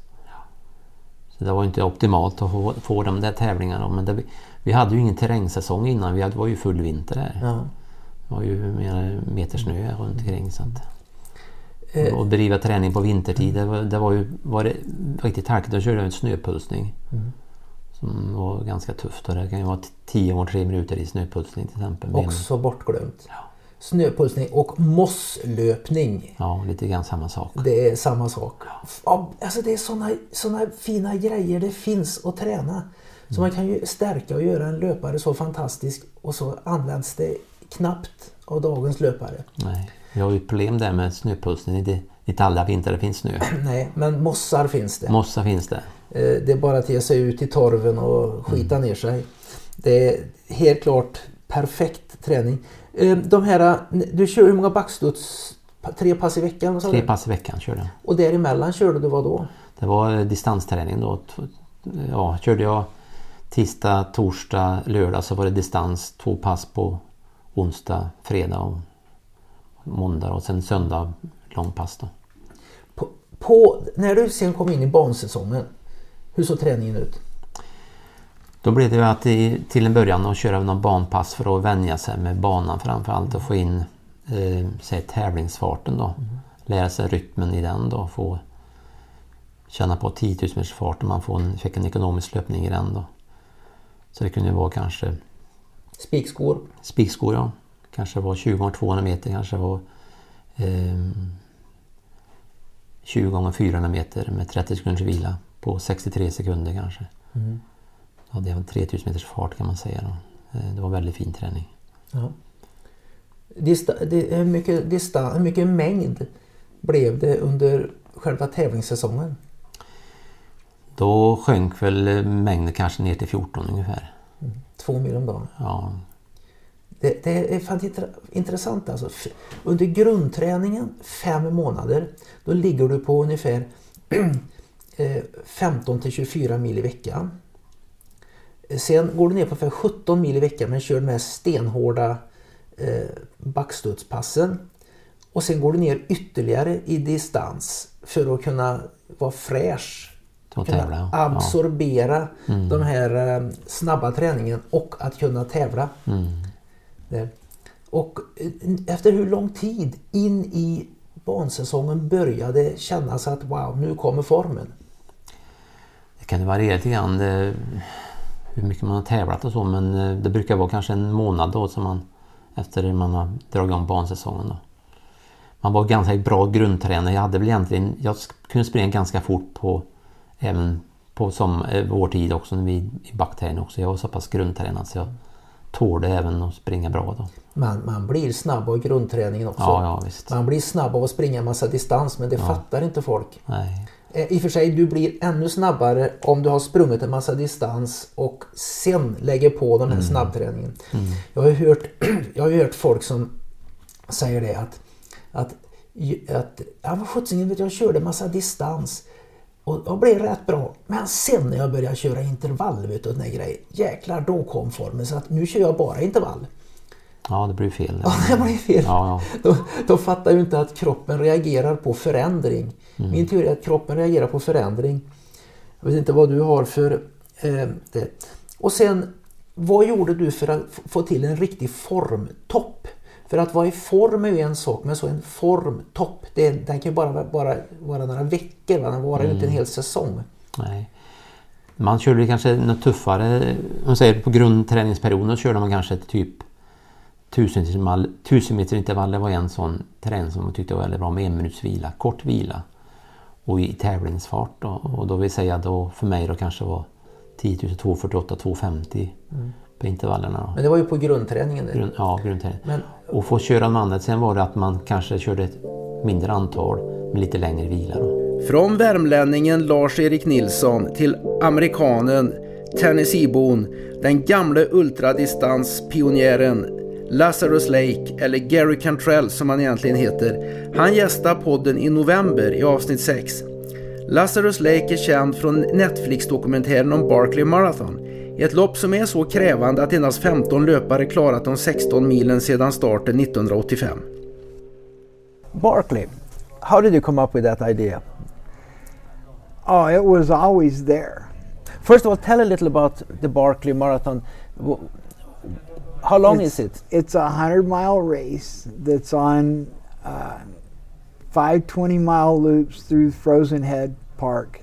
Så det var inte optimalt att få, få de där tävlingarna. Men det, vi hade ju ingen terrängsäsong innan. Vi hade, var ju full vinter där. Ja. Det var ju mer meter snö runt omkring. Så att, eh. och bedriva träning på vintertid, det var, det var ju var det riktigt tackigt att köra en snöpulsning. Mm. Som var ganska tufft. Och det kan ju vara tio år, tre minuter i snöpulsning till exempel. Också bortglömt. Ja. Snöpulsning och mosslöpning. Ja, lite grann samma sak. Det är samma sak. Ja, alltså det är såna, såna fina grejer det finns att träna. Så mm. man kan ju stärka och göra en löpare så fantastisk och så används det knappt av dagens löpare. Nej, vi har ju problem där med snöpulsning. Det, inte alla vintrar det finns snö. Nej, men mossar finns det. Mossar finns det. Det är bara att ge sig ut i torven och skita mm. ner sig. Det är helt klart perfekt träning. De här, du kör hur många backstuds? Tre pass i veckan? Tre det? pass i veckan körde jag. Och däremellan körde du vad då? Det var distansträning då. Ja, körde jag tisdag, torsdag, lördag så var det distans. Två pass på onsdag, fredag och måndag och sen söndag långpass då. På, på, när du sen kom in i bansäsongen, hur såg träningen ut? Då blev det ju att i, till en början att köra någon banpass för att vänja sig med banan framförallt och få in eh, säg, tävlingsfarten då. Mm. Lära sig rytmen i den då. Få känna på tio tusen meters fart och man får en, fick en ekonomisk löpning i den då. Så det kunde ju vara kanske... Spikskor? Spikskor, ja. Kanske var tjugo gånger tvåhundra meter, kanske var eh, tjugo gånger fyrahundra meter med trettio sekunders vila på sextiotre sekunder kanske. Mm. Ja, det var tre tusen meters fart kan man säga då. Det var väldigt fin träning. Ja. Dista- det, hur, mycket distan- hur mycket mängd blev det under själva tävlingssäsongen? Då sjönk väl mängden kanske ner till fjorton ungefär. Mm. Två mil om dagen? Ja. Det, det är fan intressant alltså. Under grundträningen fem månader då ligger du på ungefär femton till tjugofyra mil i veckan. Sen går du ner på för sjutton mil i veckan men kör med stenhårda eh, backstudspassen. Och sen går du ner ytterligare i distans för att kunna vara fräsch. Kunna tävla, absorbera ja. mm. de här eh, snabba träningen och att kunna tävla. Mm. Det. Och eh, efter hur lång tid in i bansäsongen började kännas att wow, nu kommer formen? Det kan variera lite grann det, hur mycket man har tävlat och så, men det brukar vara kanske en månad då som man, efter man har dragit igång bansäsongen då. Man var ganska bra grundtränare. Jag hade väl egentligen, jag kunde springa ganska fort på även på som vår tid också när vi i backträning också. Jag var så pass grundtränad så jag tålde även att springa bra då. Man, man blir snabb av grundträningen också. Ja, ja, visst. Man blir snabb av att springa en massa distans, men det ja. fattar inte folk. Nej. I och för sig, du blir ännu snabbare om du har sprungit en massa distans och sen lägger på den här mm. snabbträningen. Mm. Jag har hört, jag har hört folk som säger det att att, att jag var sjutton, vet jag körde en massa distans och jag blev rätt bra. Men sen när jag började köra intervall, vet du, och den här grejen, jäklar, då kom formen. Så att nu kör jag bara intervall. Ja, det blir fel. Ja, det blir fel. Ja, ja. Då, då fattar ju inte att kroppen reagerar på förändring. Mm. Min teori är att kroppen reagerar på förändring. Jag vet inte vad du har för eh, det. Och sen, vad gjorde du för att få till en riktig formtopp? För att vara i form är ju en sak, men så en formtopp, det, den kan ju bara, bara vara några veckor, va? Den varar ju mm. inte en hel säsong. Nej. Man körde kanske något tuffare, man säger på grundträningsperioden körde man kanske typ tusen meter intervaller var en sån träning som man tyckte var väldigt bra, med en minuts vila, kort vila och i tävlingsfart då, och då vill säga då för mig då kanske var tio tusen tvåhundrafyrtioåtta till tvåhundrafemtio mm. på intervallerna då. Men det var ju på grundträningen det. Grund, ja, grundträningen. Men... Och få köra en annat, sen var det att man kanske körde ett mindre antal med lite längre vila då. Från värmlänningen Lars-Erik Nilsson till amerikanen Tennesseebon, den gamle ultradistanspionjären Lazarus Lake, eller Gary Cantrell som han egentligen heter. Han gästar podden i november i avsnitt sex. Lazarus Lake är känd från Netflix-dokumentären om Barkley Marathon. Ett lopp som är så krävande att endast femton löpare klarat de sexton milen sedan starten nittonhundraåttiofem. Barkley, how did you come up with that idea? Oh, it was always there. First of all, tell a little about the Barkley Marathon. How long it's, is it? It's a hundred mile race that's on uh, five twenty mile loops through Frozen Head Park.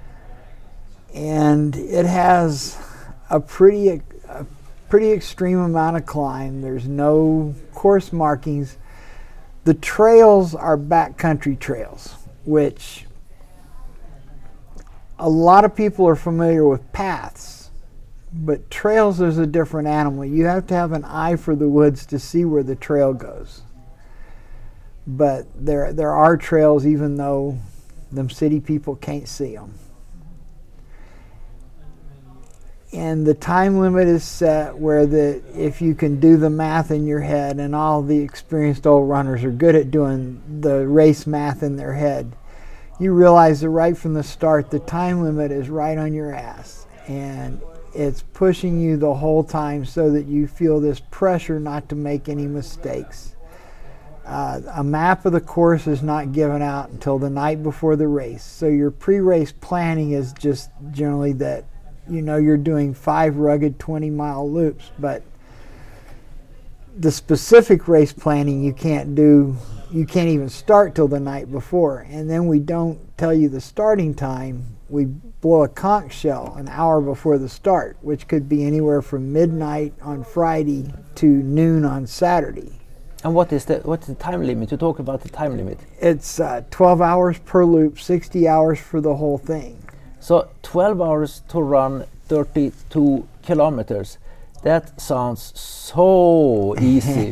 And it has a pretty, a pretty extreme amount of climb. There's no course markings. The trails are backcountry trails, which a lot of people are familiar with paths. But trails is a different animal. You have to have an eye for the woods to see where the trail goes. But there there are trails even though them city people can't see them. And the time limit is set where the if you can do the math in your head, and all the experienced old runners are good at doing the race math in their head, you realize that right from the start the time limit is right on your ass. And it's pushing you the whole time so that you feel this pressure not to make any mistakes. Uh, a map of the course is not given out until the night before the race. So your pre-race planning is just generally that, you know, you're doing five rugged twenty mile loops, but the specific race planning you can't do, you can't even start till the night before. And then we don't tell you the starting time. We blow a conch shell an hour before the start, which could be anywhere from midnight on Friday to noon on Saturday. And what is the what's the time limit? You talk about the time limit. It's uh, twelve hours per loop, sixty hours for the whole thing. So twelve hours to run thirty-two kilometers. That sounds so easy.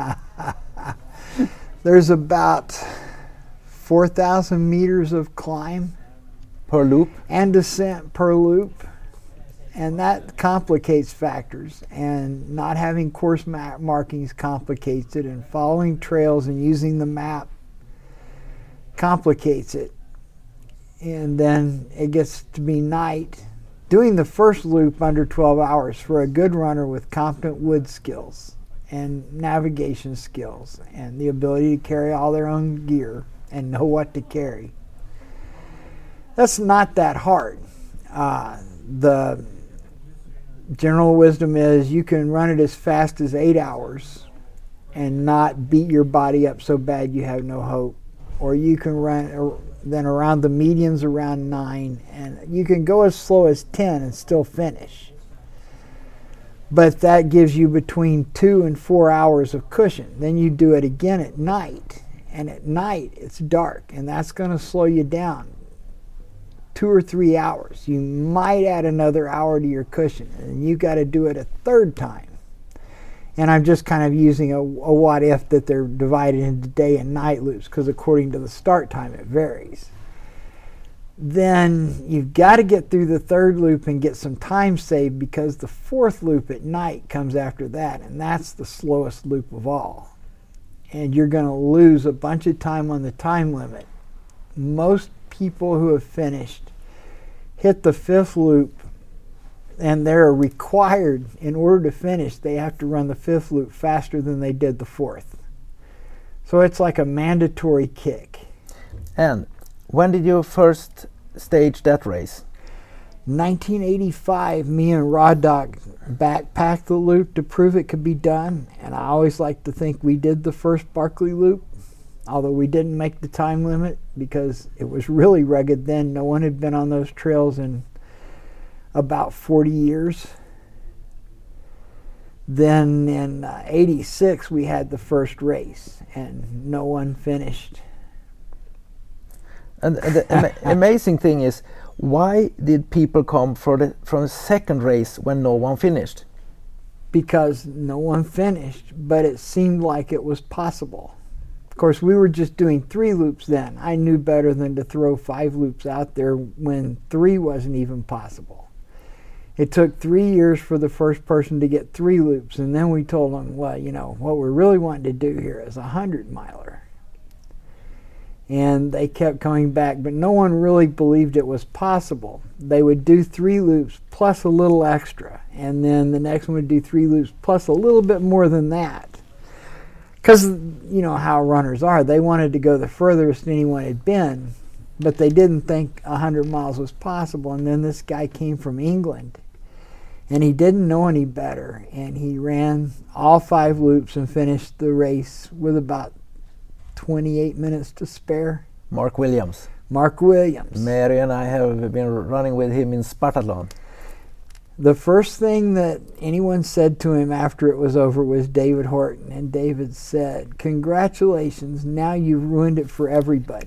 There's about four thousand meters of climb per loop and descent per loop, and that complicates factors, and not having course ma- markings complicates it, and following trails and using the map complicates it. And then it gets to be night. Doing the first loop under twelve hours for a good runner with competent wood skills and navigation skills and the ability to carry all their own gear and know what to carry, that's not that hard. Uh, the general wisdom is you can run it as fast as eight hours and not beat your body up so bad you have no hope. or you can run then around the mediums around nine, and you can go as slow as ten and still finish. But that gives you between two and four hours of cushion. Then you do it again at night, and at night it's dark, and that's going to slow you down two or three hours. You might add another hour to your cushion, and you got to do it a third time. And I'm just kind of using a, a what if that they're divided into day and night loops, because according to the start time it varies. Then you've got to get through the third loop and get some time saved, because the fourth loop at night comes after that, and that's the slowest loop of all. And you're going to lose a bunch of time on the time limit. Most people who have finished hit the fifth loop, and they're required, in order to finish, they have to run the fifth loop faster than they did the fourth. So it's like a mandatory kick. And when did you first stage that race? nineteen eighty-five, me and Rod Doc backpacked the loop to prove it could be done, and I always like to think we did the first Barkley loop, although we didn't make the time limit because it was really rugged then. No one had been on those trails in about forty years. Then in uh, eighty-six we had the first race, and no one finished. And the ama- amazing thing is, why did people come for the from the second race when no one finished? Because no one finished, but it seemed like it was possible. Of course, we were just doing three loops then. I knew better than to throw five loops out there when three wasn't even possible. It took three years for the first person to get three loops, and then we told them, well, you know, what we're really wanting to do here is a hundred miler. And they kept coming back, but no one really believed it was possible. They would do three loops plus a little extra, and then the next one would do three loops plus a little bit more than that. Because, you know how runners are. They wanted to go the furthest anyone had been, but they didn't think one hundred miles was possible. And then this guy came from England, and he didn't know any better, and he ran all five loops and finished the race with about twenty-eight minutes to spare. Mark Williams. Mark Williams. Mary and I have been running with him in Spartathlon. The first thing that anyone said to him after it was over was David Horton, and David said, "Congratulations, now you've ruined it for everybody."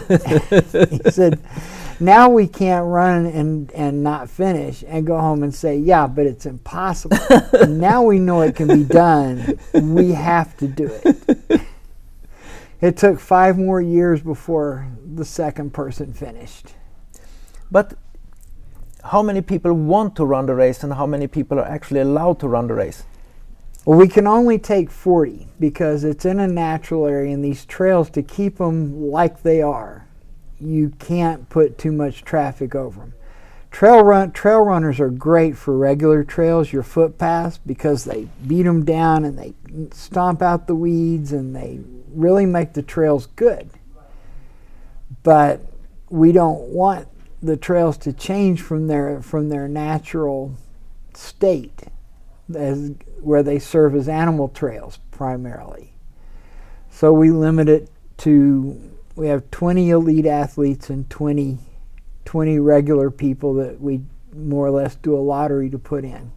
He said, "Now we can't run and, and not finish and go home and say, yeah, but it's impossible. Now we know it can be done. We have to do it." It took five more years before the second person finished. But how many people want to run the race, and how many people are actually allowed to run the race? Well, we can only take forty because it's in a natural area, and these trails, to keep them like they are, you can't put too much traffic over them. Trail run trail runners are great for regular trails, your footpaths, because they beat them down and they stomp out the weeds and they really make the trails good. But we don't want the trails to change from their from their natural state, as where they serve as animal trails primarily. So we limit it to, we have twenty elite athletes and twenty, twenty regular people that we more or less do a lottery to put in.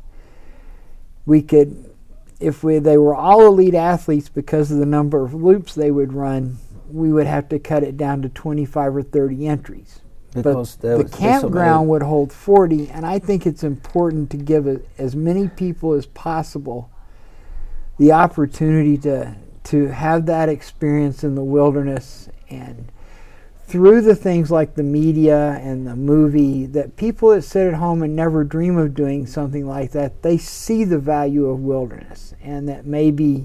We could, if we they were all elite athletes, because of the number of loops they would run, we would have to cut it down to twenty-five or thirty entries. Because but the campground so would hold forty, and I think it's important to give a, as many people as possible the opportunity to to have that experience in the wilderness, and through the things like the media and the movie, that people that sit at home and never dream of doing something like that, they see the value of wilderness, and that maybe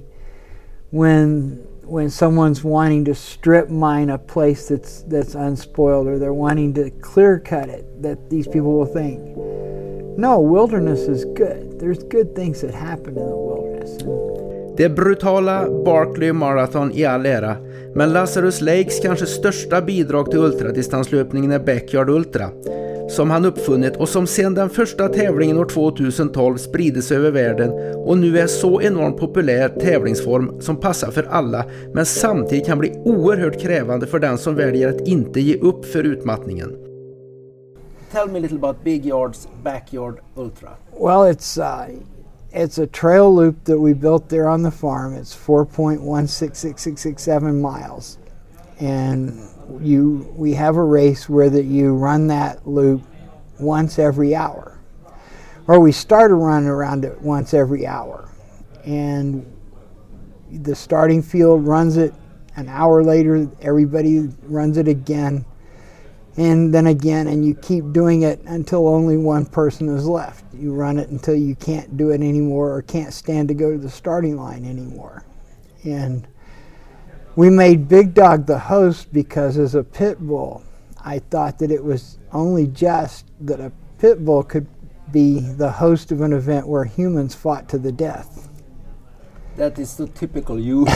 when when someone's wanting to strip mine a place that's that's unspoiled, or they're wanting to clear cut it, that these people will think, no, wilderness is good. There's good things that happen in the wilderness. Det brutala Barkley Marathon i all ära, men Lazarus Lakes kanske största bidrag till ultradistanslöpningen är Backyard Ultra, som han uppfunnit och som sedan den första tävlingen år tvåtusentolv spridit sig över världen och nu är så enormt populär tävlingsform som passar för alla men samtidigt kan bli oerhört krävande för den som väljer att inte ge upp för utmattningen. Tell me a little about Big Yard's Backyard Ultra. Well, it's uh, it's a trail loop that we built there on the farm. It's four point one six six six six seven miles, and you we have a race where that you run that loop once every hour, or we start a run around it once every hour, and the starting field runs it. An hour later, everybody runs it again. And then again, and you keep doing it until only one person is left. You run it until you can't do it anymore or can't stand to go to the starting line anymore. And we made Big Dog the host because as a pit bull, I thought that it was only just that a pit bull could be the host of an event where humans fought to the death. That is so typical you.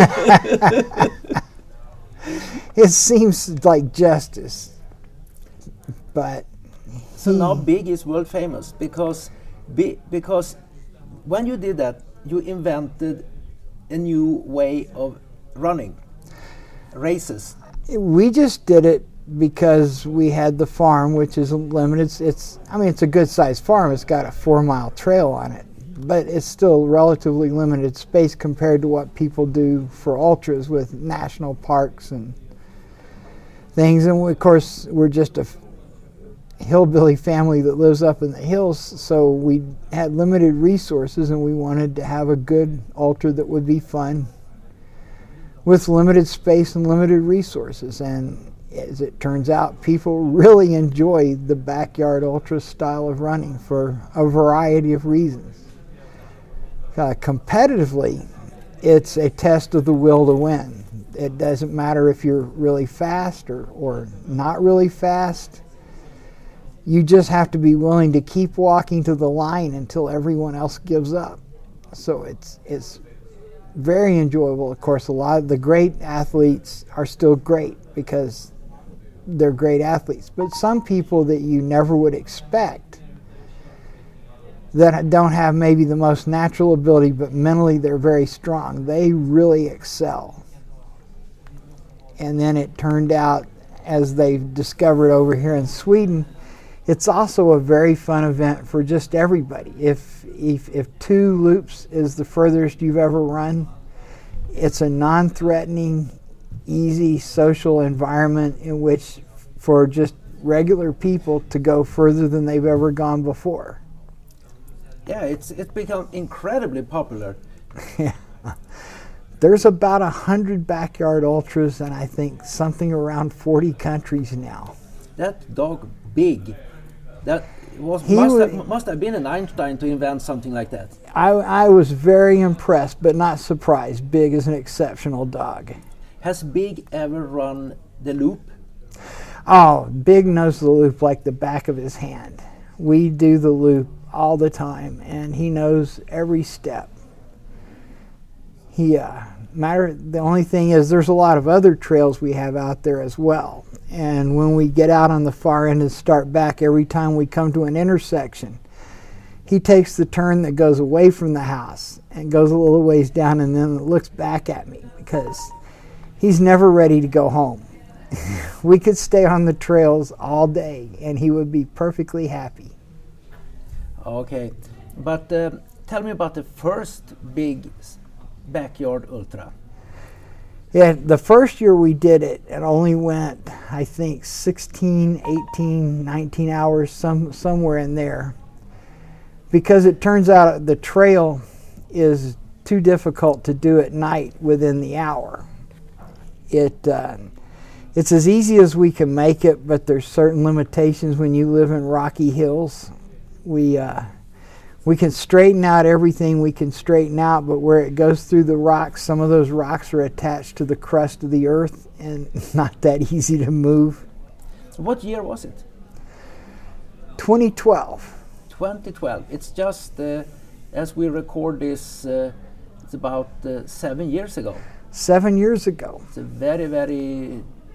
It seems like justice. But so now Big is world famous because be, because when you did that you invented a new way of running races. We just did it because we had the farm, which is limited. It's, it's I mean it's a good sized farm. It's got a four mile trail on it, but it's still relatively limited space compared to what people do for ultras with national parks and things. And we, of course we're just a hillbilly family that lives up in the hills, so we had limited resources and we wanted to have a good ultra that would be fun with limited space and limited resources. And as it turns out, people really enjoy the backyard ultra style of running for a variety of reasons. Uh, competitively, it's a test of the will to win. It doesn't matter if you're really fast or, or not really fast. You just have to be willing to keep walking to the line until everyone else gives up. So it's it's very enjoyable. Of course, a lot of the great athletes are still great because they're great athletes. But some people that you never would expect that don't have maybe the most natural ability, but mentally they're very strong, they really excel. And then it turned out, as they've discovered over here in Sweden, it's also a very fun event for just everybody. If, if if two loops is the furthest you've ever run, it's a non-threatening, easy social environment in which for just regular people to go further than they've ever gone before. Yeah, it's it's become incredibly popular. Yeah. There's about a hundred backyard ultras, and I think something around forty countries now. That dog, Big, that was He must, wa- have, must have been an Einstein to invent something like that. I, I was very impressed, but not surprised. Big is an exceptional dog. Has Big ever run the loop? Oh, Big knows the loop like the back of his hand. We do the loop all the time, and he knows every step. He, uh, matter, the only thing is there's a lot of other trails we have out there as well. And when we get out on the far end and start back, every time we come to an intersection, he takes the turn that goes away from the house and goes a little ways down and then looks back at me because he's never ready to go home. We could stay on the trails all day and he would be perfectly happy. Okay, but uh, tell me about the first Big s- backyard ultra. Yeah, the first year we did it, it only went, I think, sixteen, eighteen, nineteen hours, some somewhere in there. Because it turns out the trail is too difficult to do at night within the hour. It uh, it's as easy as we can make it, but there's certain limitations when you live in rocky hills. We uh, we can straighten out everything we can straighten out, but where it goes through the rocks, some of those rocks are attached to the crust of the earth and not that easy to move. So what year was it? twenty twelve. twenty twelve. It's just uh, as we record this, uh, it's about uh, seven years ago. Seven years ago. It's a very, very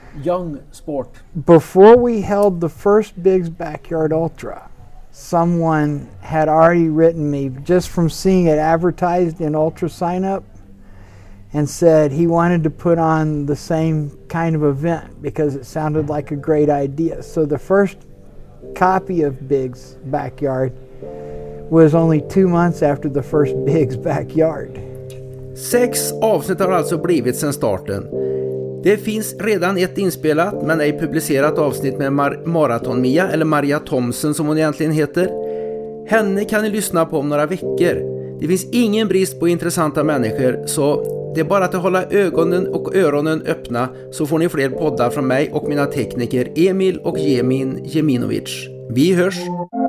young sport? Before we held the first Biggs Backyard Ultra, someone had already written me just from seeing it advertised in Ultra Sign Up and said he wanted to put on the same kind of event because it sounded like a great idea. So the first copy of Biggs Backyard was only two months after the first Biggs Backyard. Sex avsnitt har alltså blivit sedan starten. Det finns redan ett inspelat men ej publicerat avsnitt med Mar- Maraton-Mia, eller Maria Thomsen som hon egentligen heter. Henne kan ni lyssna på om några veckor. Det finns ingen brist på intressanta människor, så det är bara att hålla ögonen och öronen öppna, så får ni fler poddar från mig och mina tekniker Emil och Jemin Jeminovic. Vi hörs!